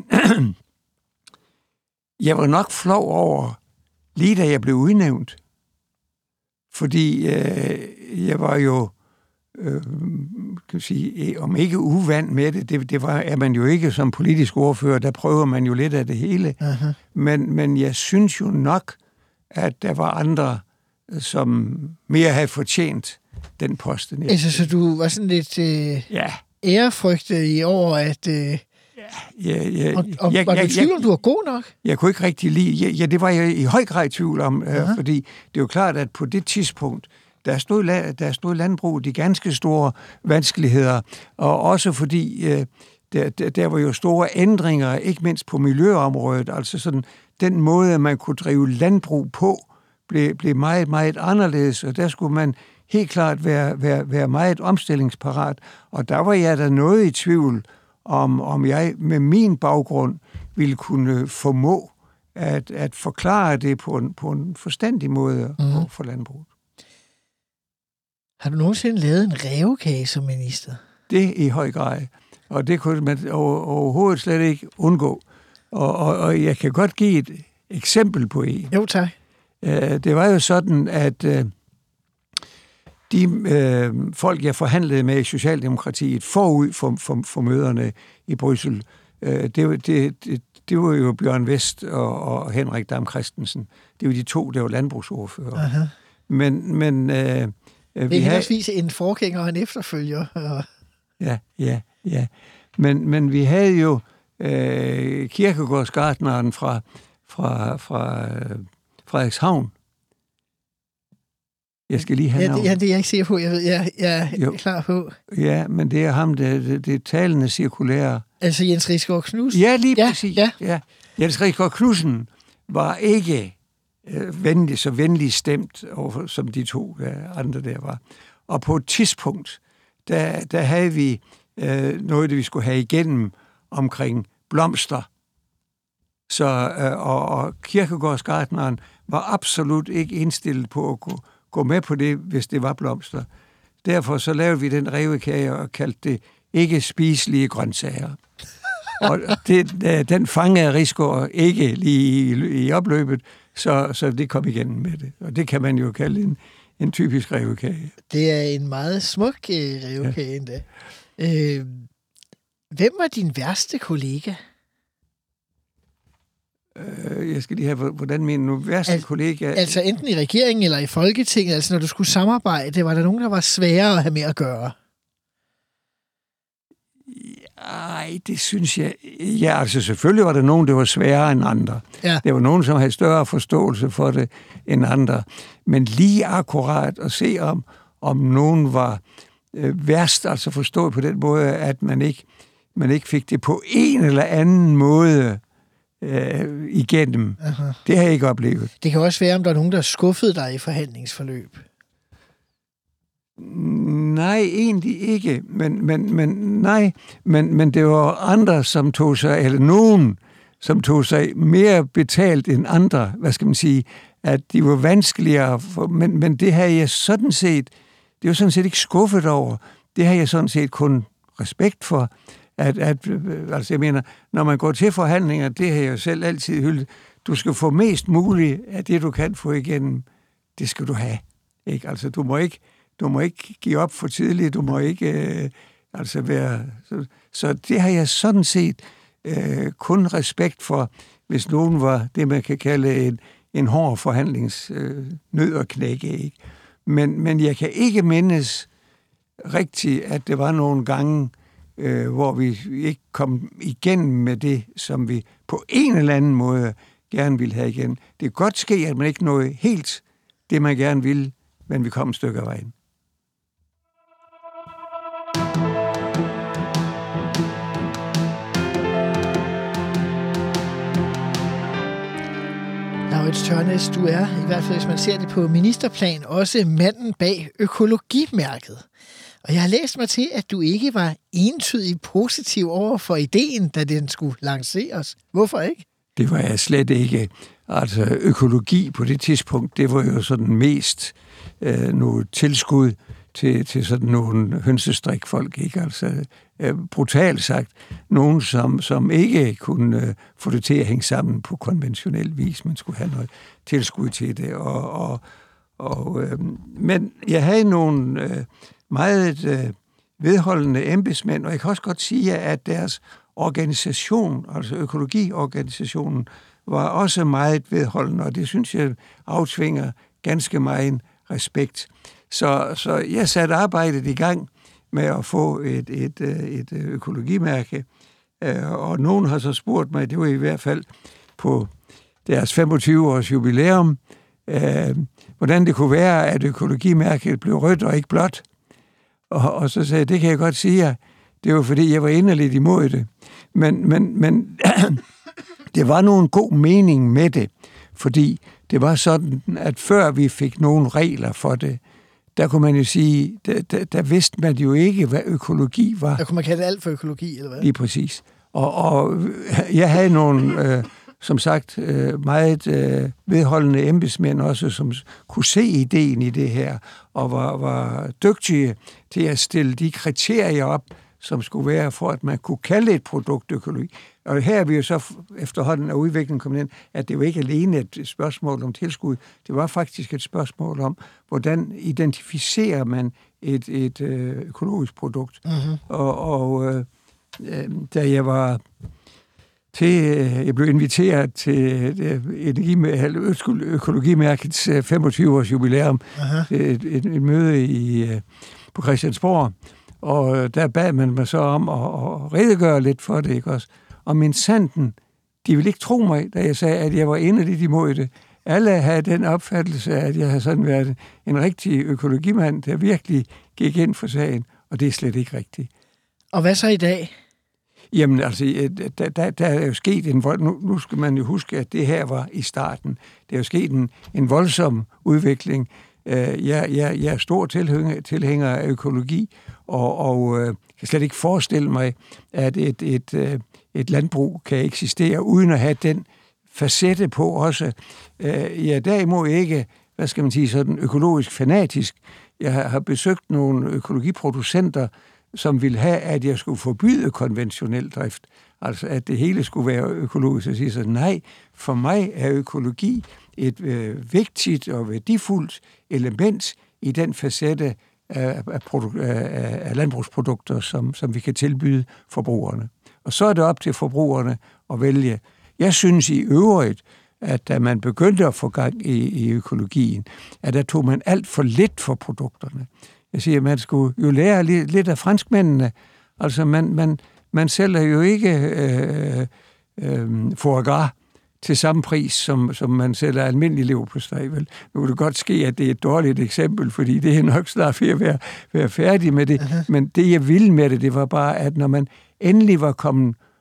jeg var nok flov over, lige da jeg blev udnævnt, fordi øh, jeg var jo, øh, kan sige, om ikke uvant med det, det, det var, er man jo ikke som politisk ordfører, der prøver man jo lidt af det hele, uh-huh. men, men jeg synes jo nok, at der var andre, som mere havde fortjent den posten. Altså, så du var sådan lidt øh, ja. ærefrygtet i over, at... Øh, ja, ja, og, og jeg, var du jeg, i tvivl, jeg, om du var god nok? Jeg kunne ikke rigtig lide... Ja, ja det var jeg i høj grad i tvivl om, uh-huh. øh, fordi det er jo klart, at på det tidspunkt, der stod, der stod landbruget i ganske store vanskeligheder, og også fordi øh, der, der, der var jo store ændringer, ikke mindst på miljøområdet, altså sådan den måde, man kunne drive landbrug på, blev, blev meget, meget anderledes, og der skulle man helt klart være, være, være meget omstillingsparat, og der var jeg da noget i tvivl, om, om jeg med min baggrund ville kunne formå at, at forklare det på en, på en forstandig måde mm. for landbruget. Har du nogensinde lavet en rævekage som minister? Det i høj grad, og det kunne man overhovedet slet ikke undgå. Og, og, og jeg kan godt give et eksempel på en. Jo, tak. Det var jo sådan, at de øh, folk, jeg forhandlede med i Socialdemokratiet forud for, for, for møderne i Bryssel, øh, det, det, det, det var jo Bjørn West og, og Henrik Dam Christensen. Det var de to, der var landbrugsordfører. Uh-huh. Men, men øh, vi kan også vise en forgænger og en efterfølger. Ja, ja, ja. Men, men vi havde jo øh, kirkegårdsgartneren fra, fra, fra øh, Frederikshavn. Jeg skal lige have ja, navn. Det, ja, det er jeg ikke sikker på. Jeg ved, jeg, jeg er jo. klar på. Ja, men det er ham, det, det, det talende cirkulære. Altså Jens Riisgaard Knudsen? Ja, lige ja, præcis. Ja. Ja. Jens Riisgaard Knudsen var ikke øh, venlig, så venlig stemt, over, som de to øh, andre der var. Og på et tidspunkt, der, der havde vi øh, noget, det vi skulle have igennem omkring blomster. Så, øh, og, og kirkegårdsgartneren var absolut ikke indstillet på at gå, gå med på det, hvis det var blomster. Derfor så lavede vi den rævekage og kaldte det ikke spiselige grøntsager. Og det, den fangede Riisgaard ikke lige i, i opløbet, så, så det kom igennem med det. Og det kan man jo kalde en, en typisk rævekage. Det er en meget smuk øh, rævekage ja. endda. Øh, hvem var din værste kollega? Jeg skal lige have, hvordan mener du værste Al- kollega? Altså enten i regeringen eller i Folketinget, altså når du skulle samarbejde, var der nogen, der var sværere at have med at gøre? Nej, det synes jeg... Ja, altså selvfølgelig var der nogen, der var sværere end andre. Ja. Der var nogen, som havde større forståelse for det end andre. Men lige akkurat at se, om, om nogen var øh, værst, altså forstået på den måde, at man ikke, man ikke fik det på en eller anden måde øh, igennem. Aha. Det har jeg ikke oplevet. Det kan også være, om der er nogen, der skuffede dig i forhandlingsforløb. Nej, egentlig ikke. Men, men, men, nej, men, men det var andre, som tog sig, eller nogen, som tog sig mere betalt end andre, hvad skal man sige, at de var vanskeligere, for, men, men det har jeg sådan set, det var sådan set ikke skuffet over. Det har jeg sådan set kun respekt for, at, at altså jeg mener, når man går til forhandlinger, det har jeg jo selv altid hyldet, du skal få mest muligt af det, du kan få igennem, det skal du have. Ikke? Altså, du må ikke, du må ikke give op for tidligt, du må ikke øh, altså være... Så, så det har jeg sådan set øh, kun respekt for, hvis nogen var det, man kan kalde en, en hård forhandlingsnød øh, og knække. Ikke? Men, men jeg kan ikke mindes rigtigt, at det var nogle gange, øh, hvor vi ikke kom igennem med det, som vi på en eller anden måde gerne ville have igen. Det kan godt ske, at man ikke nåede helt det, man gerne ville, men vi kom et stykke af vejen. Laurits Tørnæs, du er, i hvert fald hvis man ser det på ministerplan, også manden bag økologimærket. Og jeg har læst mig til, at du ikke var entydigt positiv over for ideen, da den skulle lanceres. Hvorfor ikke? Det var jeg slet ikke. Altså økologi på det tidspunkt, det var jo sådan mest øh, noget tilskud til, til sådan nogle hønsestrikfolk, ikke? Altså øh, brutalt sagt, nogen som, som ikke kunne øh, få det til at hænge sammen på konventionel vis, man skulle have noget tilskud til det. Og, og, og, øh, men jeg havde nogle øh, meget øh, vedholdende embedsmænd, og jeg kan også godt sige, at deres organisation, altså økologiorganisationen, var også meget vedholdende, og det synes jeg aftvinger ganske meget respekt. Så, så jeg satte arbejdet i gang med at få et, et, et økologimærke, og nogen har så spurgt mig, det var i hvert fald på deres femogtyve års jubilæum, hvordan det kunne være, at økologimærket blev rødt og ikke blåt. Og, og så sagde jeg, det kan jeg godt sige jer, det var fordi, jeg var inderligt imod det. Men, men, men det var nogen god mening med det, fordi det var sådan, at før vi fik nogle regler for det, der kunne man jo sige, der, der, der vidste man jo ikke, hvad økologi var. Der kunne man kalde alt for økologi, eller hvad? Lige præcis. Og, og jeg havde nogle, øh, som sagt, øh, meget øh, vedholdende embedsmænd også, som kunne se ideen i det her, og var, var dygtige til at stille de kriterier op, som skulle være for, at man kunne kalde et produkt økologi. Og her er vi jo så efterhånden af udviklingen kommet ind, at det jo ikke alene et spørgsmål om tilskud, det var faktisk et spørgsmål om, hvordan identificerer man et, et økologisk produkt. Mm-hmm. Og, og øh, da jeg var til, jeg blev inviteret til økologimærkets femogtyve års jubilæum, et, et, et møde i, på Christiansborg, og der bad man mig så om at, at redegøre lidt for det, ikke også? Og min sanden, de ville ikke tro mig, da jeg sagde, at jeg var inderligt imod det. Alle havde den opfattelse, at jeg havde sådan været en rigtig økologimand, der virkelig gik ind for sagen, og det er slet ikke rigtigt. Og hvad så i dag? Jamen altså, der, der, der er jo sket en vold... Nu, nu skal man jo huske, at det her var i starten. Der er jo sket en, en voldsom udvikling. Jeg, jeg, jeg er stor tilhænger, tilhænger af økologi, og, og øh, kan slet ikke forestille mig, at et, et, øh, et landbrug kan eksistere uden at have den facette på også. Øh, jeg er derimod ikke, hvad skal man sige, sådan økologisk fanatisk. Jeg har besøgt nogle økologiproducenter, som ville have, at jeg skulle forbyde konventionel drift. Altså, at det hele skulle være økologisk. Jeg siger så, nej, for mig er økologi et øh, vigtigt og værdifuldt element i den facette af, af, produ- af, af landbrugsprodukter, som, som vi kan tilbyde forbrugerne. Og så er det op til forbrugerne at vælge. Jeg synes i øvrigt, at da man begyndte at få gang i, i økologien, at der tog man alt for lidt for produkterne. Jeg siger, at man skulle jo lære lidt, lidt af franskmændene. Altså, man, man, man sælger jo ikke øh, øh, foie gras til samme pris, som, som man sælger almindelig leverpostej. Vel? Nu kan det godt ske, at det er et dårligt eksempel, fordi det er nok snart ved at være, være færdig med det. Uh-huh. Men det, jeg ville med det, det var bare, at når man endelig var kommet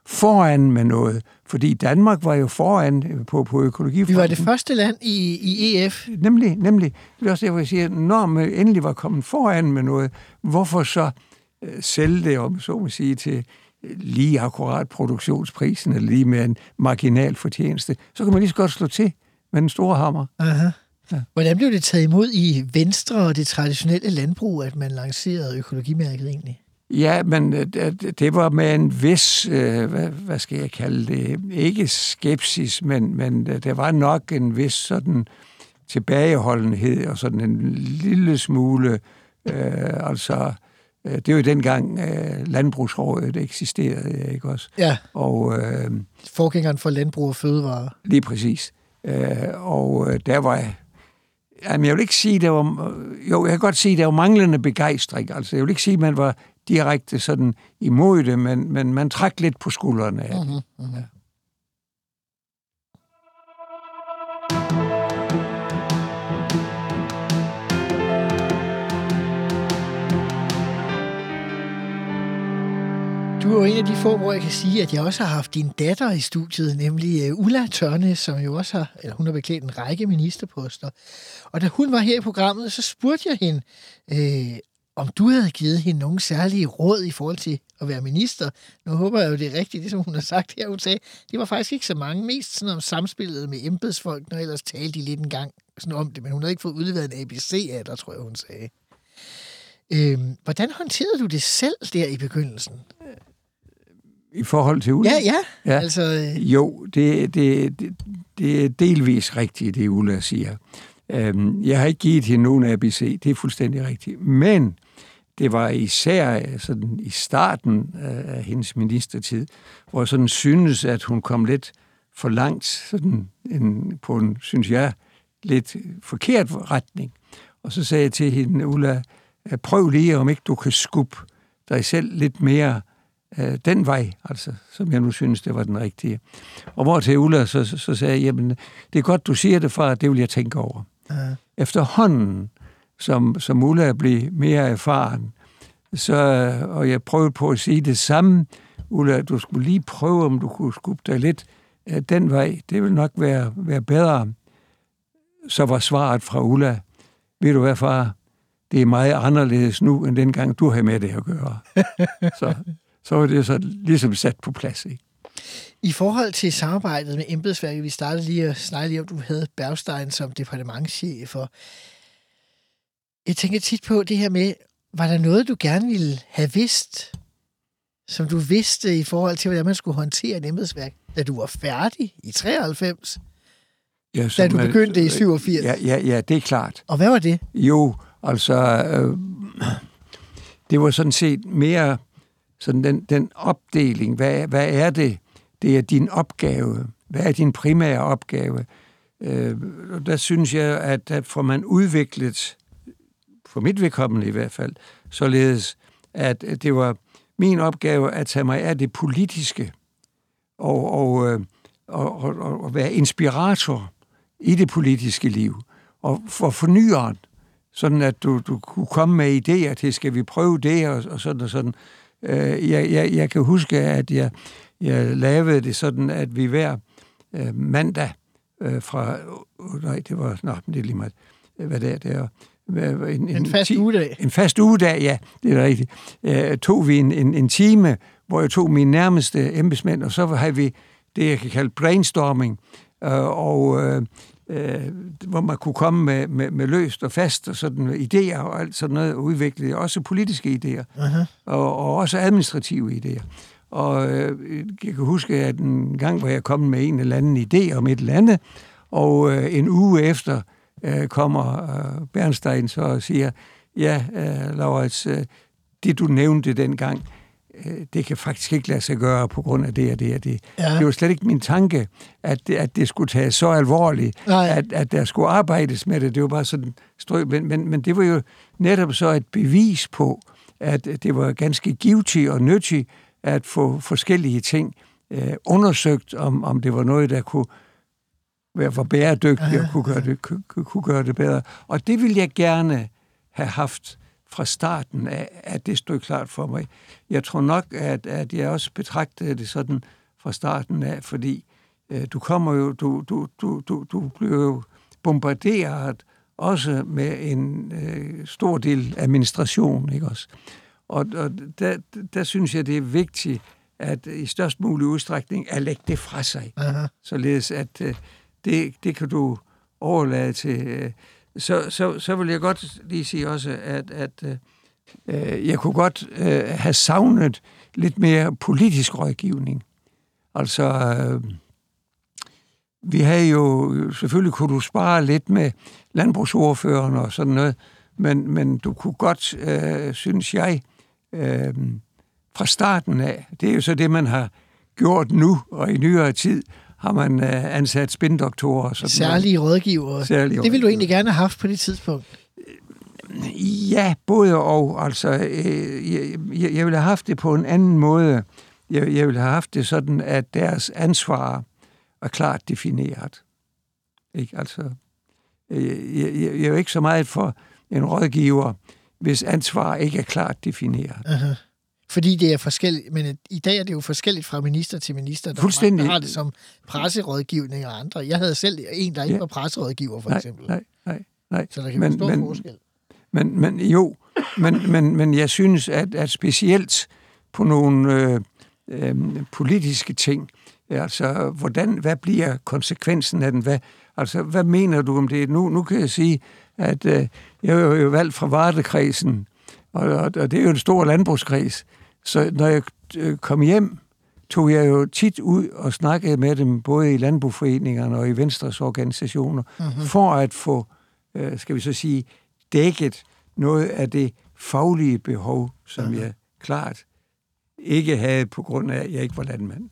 foran med noget, fordi Danmark var jo foran på, på økologi. Vi var det første land i, i E F. Nemlig, nemlig. Det er også derfor, jeg siger, når man endelig var kommet foran med noget, hvorfor så øh, sælge det, om så må sige, til lige akkurat produktionsprisen, eller lige med en marginal fortjeneste, så kan man lige så godt slå til med den store hammer. Aha. Ja. Hvordan blev det taget imod i Venstre og det traditionelle landbrug, at man lancerede økologimærket egentlig? Ja, men det, det var med en vis, øh, hvad, hvad skal jeg kalde det, ikke skepsis, men, men der var nok en vis sådan tilbageholdenhed og sådan en lille smule, øh, altså, øh, det var jo dengang øh, Landbrugsrådet eksisterede, ikke også? Ja, og, øh, forgængeren for landbrug og fødevarer. Lige præcis. Øh, og øh, der var Jamen, jeg vil ikke sige, der var... Jo, jeg kan godt sige, at der var manglende begejstring. Altså, jeg vil ikke sige, at man var direkte sådan imod det, men, men man trak lidt på skuldrene af det. Mm-hmm. Ja. Du er jo en af de få, hvor jeg kan sige, at jeg også har haft din datter i studiet, nemlig Ulla Tørnæs, som jo også har, eller hun har beklædt en række ministerposter. Og da hun var her i programmet, så spurgte jeg hende, øh, om du havde givet hende nogle særlige råd i forhold til at være minister. Nu håber jeg jo, det er rigtigt, det som hun har sagt her. Hun sagde, det var faktisk ikke så mange, mest sådan om samspillet med embedsfolk, når ellers talte de lidt en gang sådan om det, men hun havde ikke fået udleveret en A B C af der, tror jeg, hun sagde. Øh, hvordan håndterede du det selv der i begyndelsen? I forhold til Ulla? Ja, ja. ja. Altså, øh... Jo, det, det, det, det er delvis rigtigt, det Ulla siger. Øhm, jeg har ikke givet hende nogen A B C, det er fuldstændig rigtigt. Men det var især sådan, i starten af hendes ministertid, hvor jeg sådan synes, at hun kom lidt for langt sådan en, på en, synes jeg, lidt forkert retning. Og så sagde jeg til hende, Ulla, prøv lige, om ikke du kan skubbe dig selv lidt mere den vej, altså, som jeg nu synes, det var den rigtige. Og hvor til Ulla, så, så, så sagde jeg, jamen, det er godt, du siger det, far, det vil jeg tænke over. Uh-huh. Efterhånden, som, som Ulla blev mere erfaren, så, og jeg prøvede på at sige det samme, Ulla, du skulle lige prøve, om du kunne skubbe dig lidt uh, den vej, det vil nok være, være bedre. Så var svaret fra Ulla, ved du hvad, far, det er meget anderledes nu, end dengang du havde med det at gøre. Så så var det så ligesom sat på plads, ikke? I forhold til samarbejdet med embedsværket, vi startede lige at snakke lige om, du havde Bergstein som departementschef, og jeg tænker tit på det her med, var der noget, du gerne ville have vidst, som du vidste i forhold til, hvordan man skulle håndtere et embedsværk, da du var færdig i treoghalvfems, ja, da du begyndte i syvogfirs? Ja, ja, ja, det er klart. Og hvad var det? Jo, altså, øh, det var sådan set mere sådan den, den opdeling. Hvad, hvad er det? Det er din opgave. Hvad er din primære opgave? Øh, og der synes jeg, at, at får man udviklet, for mit vedkommende i hvert fald, således, at det var min opgave at tage mig af det politiske og, og, og, og, og være inspirator i det politiske liv. Og for fornyeren, sådan at du, du kunne komme med idéer til, skal vi prøve det, og, og sådan og sådan. Jeg, jeg, jeg kan huske, at jeg, jeg lavede det sådan, at vi hver øh, mandag øh, fra... Øh, nej, det var... Nå, det er lige meget. Hvad det er, det er... En, en fast ti, ugedag. En fast ugedag, ja, det er rigtigt. Øh, tog vi en, en, en time, hvor jeg tog mine nærmeste embedsmænd, og så havde vi det, jeg kan kalde brainstorming, øh, og... Øh, Øh, hvor man kunne komme med, med, med løst og fast og sådan idéer og alt sådan noget, udvikle også politiske idéer, uh-huh. og, og også administrative idéer. Og øh, jeg kan huske, at en gang var jeg kommet med en eller anden idé om et eller andet, og øh, en uge efter øh, kommer øh, Bernstein så og siger, ja, øh, Laurits, øh, det du nævnte dengang, det kan faktisk ikke lade sig gøre på grund af det og det og det. Ja. Det var slet ikke min tanke, at det, at det skulle tages så alvorligt, at, at der skulle arbejdes med det. Det var bare sådan strø. Men, men, men det var jo netop så et bevis på, at det var ganske givtigt og nyttigt at få forskellige ting øh, undersøgt, om, om det var noget, der kunne være for bæredygtigt og kunne gøre, det, kunne, kunne gøre det bedre. Og det ville jeg gerne have haft fra starten af, at det stod klart for mig. Jeg tror nok, at, at jeg også betragtede det sådan fra starten af, fordi øh, du kommer jo, du, du, du, du, du bliver jo bombarderet også med en øh, stor del administration, ikke også? Og, og der, der synes jeg, det er vigtigt, at i størst mulig udstrækning at lægge det fra sig. Aha. Således at øh, det, det kan du overlade til. Øh, så, så, så vil jeg godt lige sige også, at, at øh, jeg kunne godt øh, have savnet lidt mere politisk rådgivning. Altså, øh, vi havde jo, selvfølgelig kunne du spare lidt med landbrugsordføreren og sådan noget, men, men du kunne godt, øh, synes jeg, øh, fra starten af, det er jo så det, man har gjort nu, og i nyere tid har man øh, ansat spindoktorer. Og sådan Særlige noget. rådgivere. Særlige det ville du egentlig gerne have haft på det tidspunkt? Ja, både og. Altså, øh, jeg, jeg ville have haft det på en anden måde. Jeg, jeg ville have haft det sådan, at deres ansvar er klart defineret. Ikke? Altså, jeg, jeg, jeg er jo ikke så meget for en rådgiver, hvis ansvar ikke er klart defineret. Aha. Fordi det er forskelligt, men i dag er det jo forskelligt fra minister til minister. Der Fuldstændig. Der har det som presserådgivning og andre. Jeg havde selv en, der ikke ja. var presserådgiver, for nej, eksempel. Nej, nej, nej. Så der kan men, være stor men, forskel. Men, men jo, men, men, men jeg synes, at, at specielt på nogle øh, øh, politiske ting, altså, hvordan, hvad bliver konsekvensen af den? Hvad, altså, hvad mener du om det? Nu, nu kan jeg sige, at øh, jeg er jo valgt fra Vardekredsen, og, og, og det er jo en stor landbrugskreds. Så når jeg øh, kom hjem, tog jeg jo tit ud og snakkede med dem, både i landbrugsforeningerne og i Venstres organisationer, mm-hmm. for at få, øh, skal vi så sige, dækket noget af det faglige behov, som mm-hmm. jeg klart ikke havde på grund af, at jeg ikke var landmand.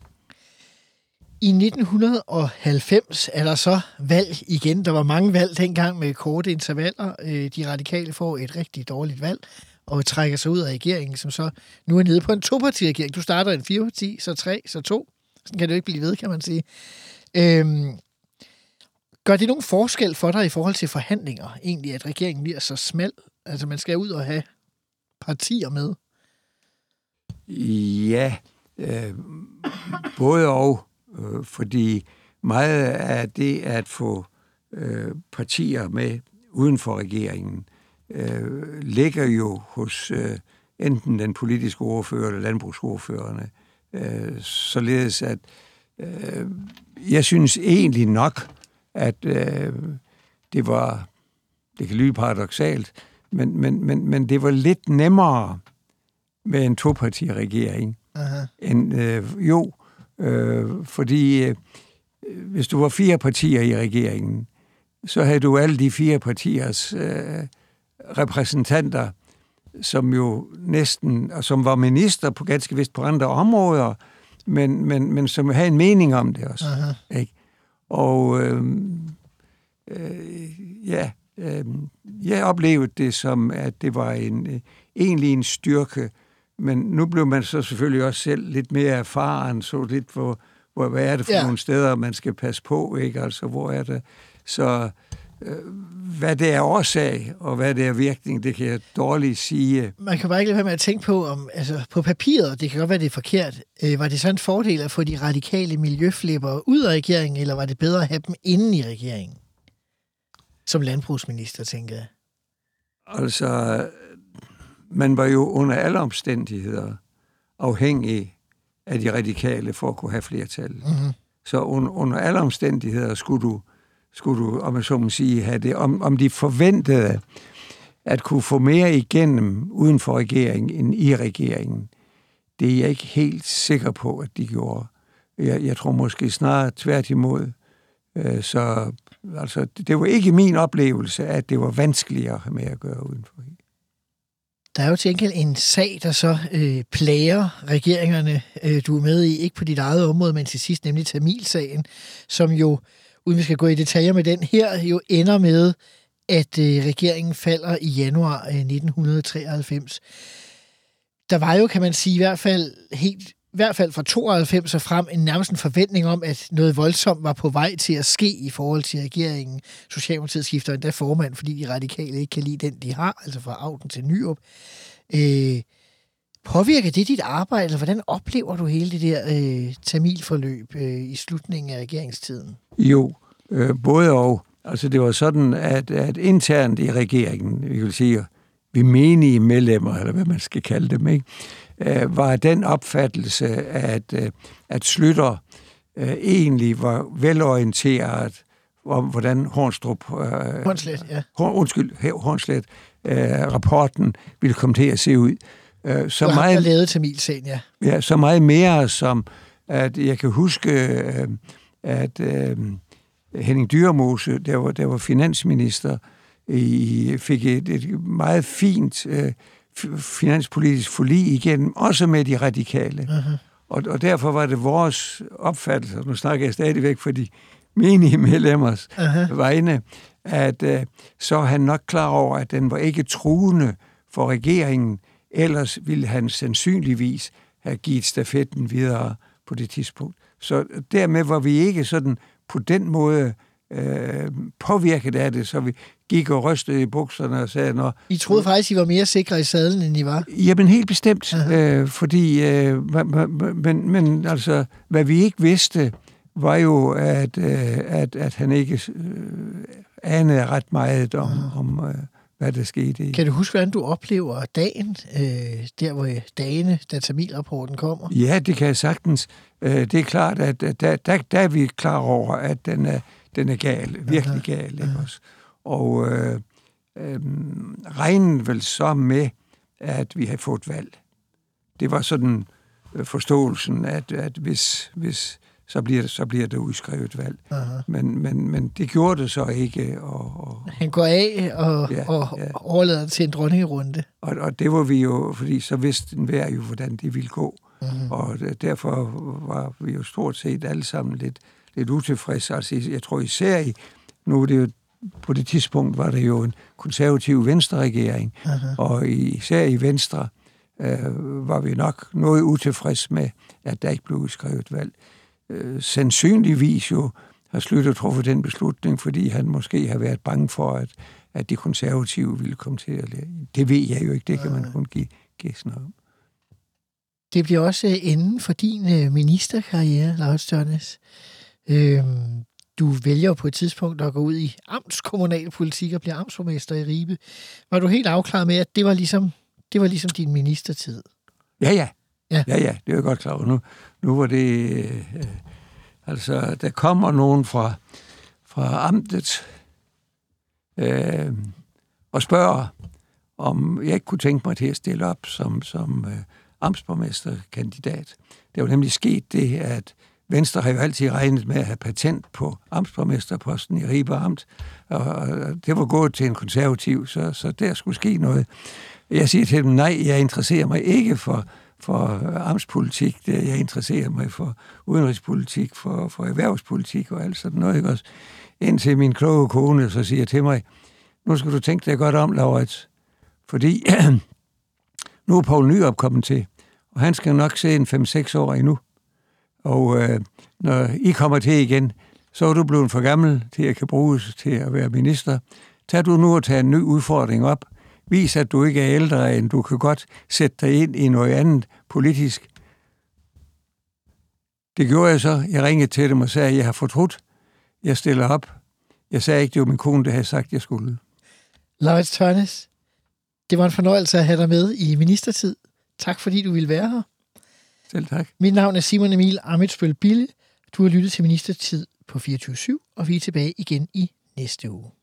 I nitten halvfems er der så valg igen. Der var mange valg dengang med korte intervaller. De radikale får et rigtig dårligt valg og trækker sig ud af regeringen, som så nu er nede på en topartiregering. Du starter en fireparti, så tre, så to. Sådan kan det jo ikke blive ved, kan man sige. Øhm, gør det nogen forskel for dig i forhold til forhandlinger, egentlig, at regeringen bliver så smal? Altså, man skal ud og have partier med. Ja, øh, både og, øh, fordi meget af det at få øh, partier med uden for regeringen øh, ligger jo hos øh, enten den politiske ordfører eller landbrugsordførerne, øh, således at øh, jeg synes egentlig nok, at øh, det var, det kan lyde paradoksalt, men, men, men, men det var lidt nemmere med en topartiregering. Aha. End, øh, jo, øh, fordi øh, hvis du var fire partier i regeringen, så havde du alle de fire partiers øh, repræsentanter, som jo næsten, og som var minister på ganske vist på andre områder, men, men, men som havde en mening om det også. Aha. Ikke? Og øh, øh, ja, øh, jeg oplevede det som, at det var en, øh, egentlig en styrke, men nu blev man så selvfølgelig også selv lidt mere erfaren, så lidt hvor, hvor hvad er det for ja. nogle steder, man skal passe på, ikke? Altså, hvor er det? Så øh, hvad det er årsag, og hvad det er virkning, det kan jeg dårligt sige. Man kan bare ikke lade være med at tænke på, om altså, på papiret, det kan godt være, det er forkert, øh, var det så en fordel at få de radikale miljøflipper ud af regeringen, eller var det bedre at have dem inde i regeringen? Som landbrugsminister, tænker jeg. Altså, man var jo under alle omstændigheder afhængig af de radikale for at kunne have flertal. Mm-hmm. Så under, under alle omstændigheder skulle du, skulle du, om man så må sige, have det, om, om de forventede at kunne få mere igennem uden for regeringen end i regeringen. Det er jeg ikke helt sikker på, at de gjorde. Jeg, jeg tror måske snarere tværtimod. Så altså, det var ikke min oplevelse, at det var vanskeligere med at gøre uden for regeringen. Der er jo til enkelt en sag, der så øh, plager regeringerne, øh, du er med i, ikke på dit eget område, men til sidst, nemlig Tamilsagen, som jo, uden vi skal gå i detaljer med den her, jo ender med, at øh, regeringen falder i januar øh, nitten treoghalvfems. Der var jo, kan man sige, i hvert fald helt i hvert fald fra tooghalvfems og frem en nærmest en forventning om, at noget voldsomt var på vej til at ske i forhold til regeringen. Socialdemokratiet skifter endda formand, fordi de radikale ikke kan lide den, de har, altså fra Auken til Nyrup. Øh, påvirker det dit arbejde, eller hvordan oplever du hele det der øh, tamilforløb øh, i slutningen af regeringstiden? Jo, øh, både og. Altså det var sådan, at, at internt i regeringen, vi vil sige, vi menige medlemmer, eller hvad man skal kalde dem, ikke? Øh, var den opfattelse, at, øh, at Schlüter øh, egentlig var velorienteret om, hvordan Hornstrup... Øh, Hornslet, ja. Horn, undskyld, Hornslet, øh, rapporten ville komme til at se ud. Øh, så du har meget, lavet Tamilsagen, ja. Ja, så meget mere som, at jeg kan huske, øh, at øh, Henning Dyremose, der var, der var finansminister, i, fik et, et meget fint øh, finanspolitisk forlig igennem, også med de radikale. Uh-huh. Og, og derfor var det vores opfattelse, og nu snakker jeg stadigvæk for de menige medlemmers uh-huh. vegne, at øh, så er han nok klar over, at den var ikke truende for regeringen, ellers ville han sandsynligvis have givet stafetten videre på det tidspunkt. Så dermed var vi ikke sådan på den måde øh, påvirket af det, så vi gik og rystede i bukserne og sagde, når... I troede faktisk, I var mere sikre i sadlen, end I var? Jamen helt bestemt, øh, fordi, øh, men, men altså, hvad vi ikke vidste, var jo, at, øh, at, at han ikke øh, anede ret meget om, uh-huh. om øh, hvad der skete. Kan du huske, hvordan du oplever dagen, øh, der hvor dagene, da Tamilrapporten kommer? Ja, det kan jeg sagtens. Øh, det er klart, at der, der, der er vi klar over, at den er, den er gal, virkelig uh-huh. gal. Ikke uh-huh. også? Og øh, øh, regnede vel så med, at vi havde fået valg. Det var sådan øh, forståelsen, at, at hvis, hvis så bliver, så bliver der udskrevet valg. Men, men, men det gjorde det så ikke. Og, og, Han går af og, ja, og ja. overlader det til en dronningerunde. Og, og det var vi jo, fordi så vidste enhver jo, hvordan det ville gå. Uh-huh. Og derfor var vi jo stort set alle sammen lidt, lidt utilfredse. Altså, jeg tror især i, nu er det jo, på det tidspunkt var der jo en konservativ Venstre-regering, uh-huh. og især i Venstre øh, var vi nok noget utilfredse med, at der ikke blev udskrevet valg. Øh, sandsynligvis jo har Schlüter truffet den beslutning, fordi han måske har været bange for, at, at de konservative ville komme til at lære. Det ved jeg jo ikke, det kan man kun give gæsner om. Det bliver også enden for din ministerkarriere, Laurits Tørnæs. Øhm, du vælger på et tidspunkt at gå ud i amtskommunalpolitik og bliver amtsborgmester i Ribe. Var du helt afklaret med, at det var ligesom, det var ligesom din ministertid? Ja, ja. Ja, ja, ja, det er jo godt klar over. Nu, nu var det... Øh, altså, der kommer nogen fra, fra amtet øh, og spørger, om jeg ikke kunne tænke mig til at stille op som, som øh, amtsborgmesterkandidat. Det er jo nemlig sket det, at Venstre har jo altid regnet med at have patent på amtsborgmesterposten i Ribe Amt, og det var gået til en konservativ, så, så der skulle ske noget. Jeg siger til dem, nej, jeg interesserer mig ikke for for amtspolitik, jeg interesserer mig for udenrigspolitik, for, for erhvervspolitik og alt sådan noget, ikke også? Indtil min kloge kone så siger til mig, nu skal du tænke dig godt om, Laurits, fordi nu er Poul Nyrup kommet til, og han skal nok se en fem seks år endnu. Og øh, når I kommer til igen, så er du blevet for gammel til at kan bruges til at være minister. Tag du nu og tage en ny udfordring op. Vis, at du ikke er ældre, end du kan godt sætte dig ind i noget andet politisk. Det gjorde jeg så. Jeg ringede til dem og sagde, at jeg har fortrudt. Jeg stiller op. Jeg sagde ikke, det var min kone, der havde sagt, at jeg skulle. Laurits Tørnæs, det var en fornøjelse at have dig med i ministertid. Tak, fordi du ville være her. Selv tak. Mit navn er Simon Emil Ammitzbøll Bille. Du har lyttet til Ministertid på fireogtyve syv, og vi er tilbage igen i næste uge.